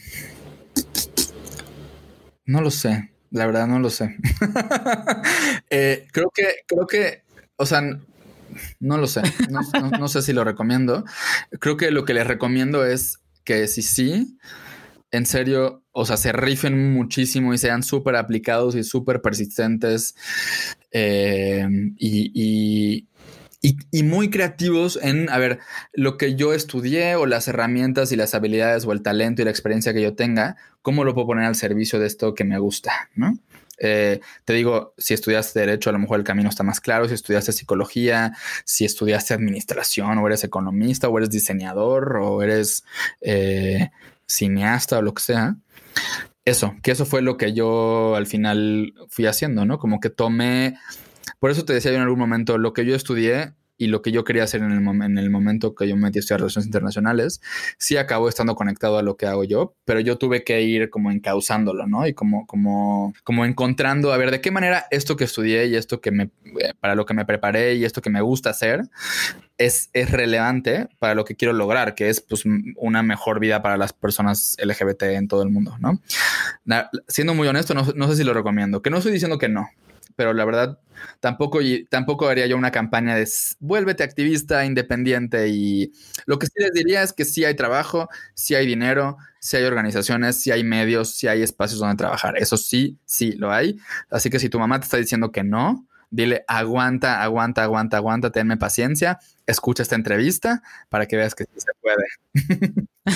no lo sé, la verdad no lo sé. eh, creo que, creo que, o sea, no lo sé. No, no, no sé si lo recomiendo. Creo que lo que les recomiendo es que si sí, en serio, o sea, se rifen muchísimo y sean súper aplicados y súper persistentes eh, y, y, y, y muy creativos en, a ver, lo que yo estudié o las herramientas y las habilidades o el talento y la experiencia que yo tenga, ¿cómo lo puedo poner al servicio de esto que me gusta, ¿no? Eh, te digo, si estudiaste Derecho, a lo mejor el camino está más claro. Si estudiaste Psicología, si estudiaste Administración, o eres economista, o eres diseñador, o eres eh, cineasta, o lo que sea. Eso, que eso fue lo que yo al final fui haciendo, ¿no? Como que tomé... Por eso te decía yo en algún momento, lo que yo estudié y lo que yo quería hacer en el, mom- en el momento que yo me metí a estudiar Relaciones Internacionales, sí acabó estando conectado a lo que hago yo, pero yo tuve que ir como encauzándolo, ¿no? Y como, como, como encontrando, a ver, de qué manera esto que estudié y esto que me, para lo que me preparé y esto que me gusta hacer es, es relevante para lo que quiero lograr, que es pues una mejor vida para las personas L G B T en todo el mundo, ¿no? Na- siendo muy honesto, no, no sé si lo recomiendo, que no estoy diciendo que no, pero la verdad tampoco, tampoco haría yo una campaña de vuélvete activista independiente, y lo que sí les diría es que sí hay trabajo, sí hay dinero, sí hay organizaciones, sí hay medios, sí hay espacios donde trabajar. Eso sí, sí lo hay. Así que si tu mamá te está diciendo que no, dile aguanta, aguanta, aguanta, aguanta, tenme paciencia, escucha esta entrevista para que veas que sí se puede.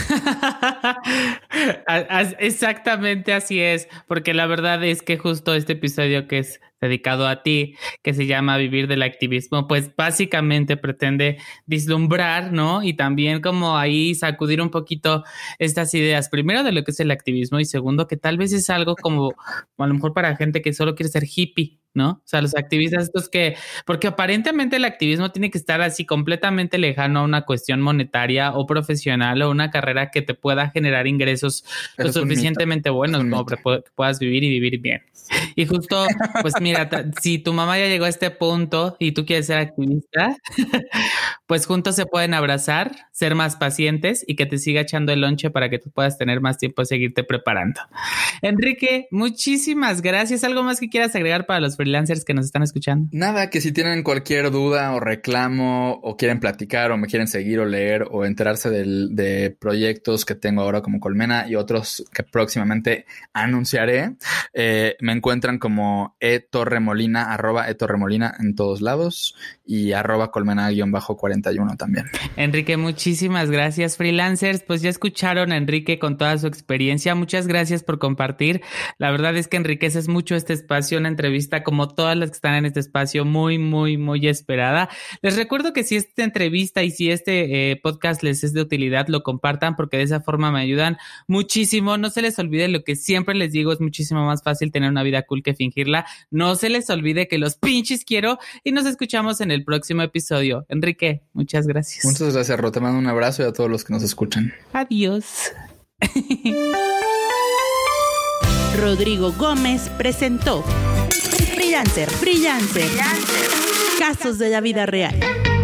Exactamente así es, porque la verdad es que justo este episodio que es dedicado a ti, que se llama Vivir del Activismo, pues básicamente pretende vislumbrar, ¿no? Y también como ahí sacudir un poquito estas ideas, primero de lo que es el activismo y segundo que tal vez es algo como a lo mejor para gente que solo quiere ser hippie, ¿no? O sea, los activistas estos que, porque aparentemente el activismo tiene que estar así completamente lejano a una cuestión monetaria o profesional o una carrera que te pueda generar ingresos lo suficientemente buenos como que puedas vivir y vivir bien. Y justo, pues mira, si tu mamá ya llegó a este punto y tú quieres ser activista, pues juntos se pueden abrazar, ser más pacientes y que te siga echando el lonche para que tú puedas tener más tiempo de seguirte preparando. Enrique, muchísimas gracias. ¿Algo más que quieras agregar para los freelancers que nos están escuchando? Nada, que si tienen cualquier duda o reclamo o quieren platicar o me quieren seguir o leer o enterarse del, de proyectos que tengo ahora como Colmena y otros que próximamente anunciaré, eh, me encuentran como etorremolina, arroba etorremolina en todos lados y arroba colmena guión bajo cuarenta y uno también. Enrique, muchísimas gracias, freelancers. Pues ya escucharon a Enrique con toda su experiencia. Muchas gracias por compartir. La verdad es que enriqueces mucho este espacio, una entrevista como todas las que están en este espacio, muy, muy, muy esperada. Les recuerdo que si esta entrevista y si este eh, podcast les es de utilidad, lo compartan porque de esa forma me ayudan muchísimo. No se les olvide lo que siempre les digo, es muchísimo más fácil tener una vida cool que fingirla. No se les olvide que los pinches quiero y nos escuchamos en el próximo episodio. Enrique, muchas gracias. Muchas gracias, Ro. Te mando un abrazo y a todos los que nos escuchan. Adiós. Rodrigo Gómez presentó Freelancer, Freelancer, Casos de la vida real.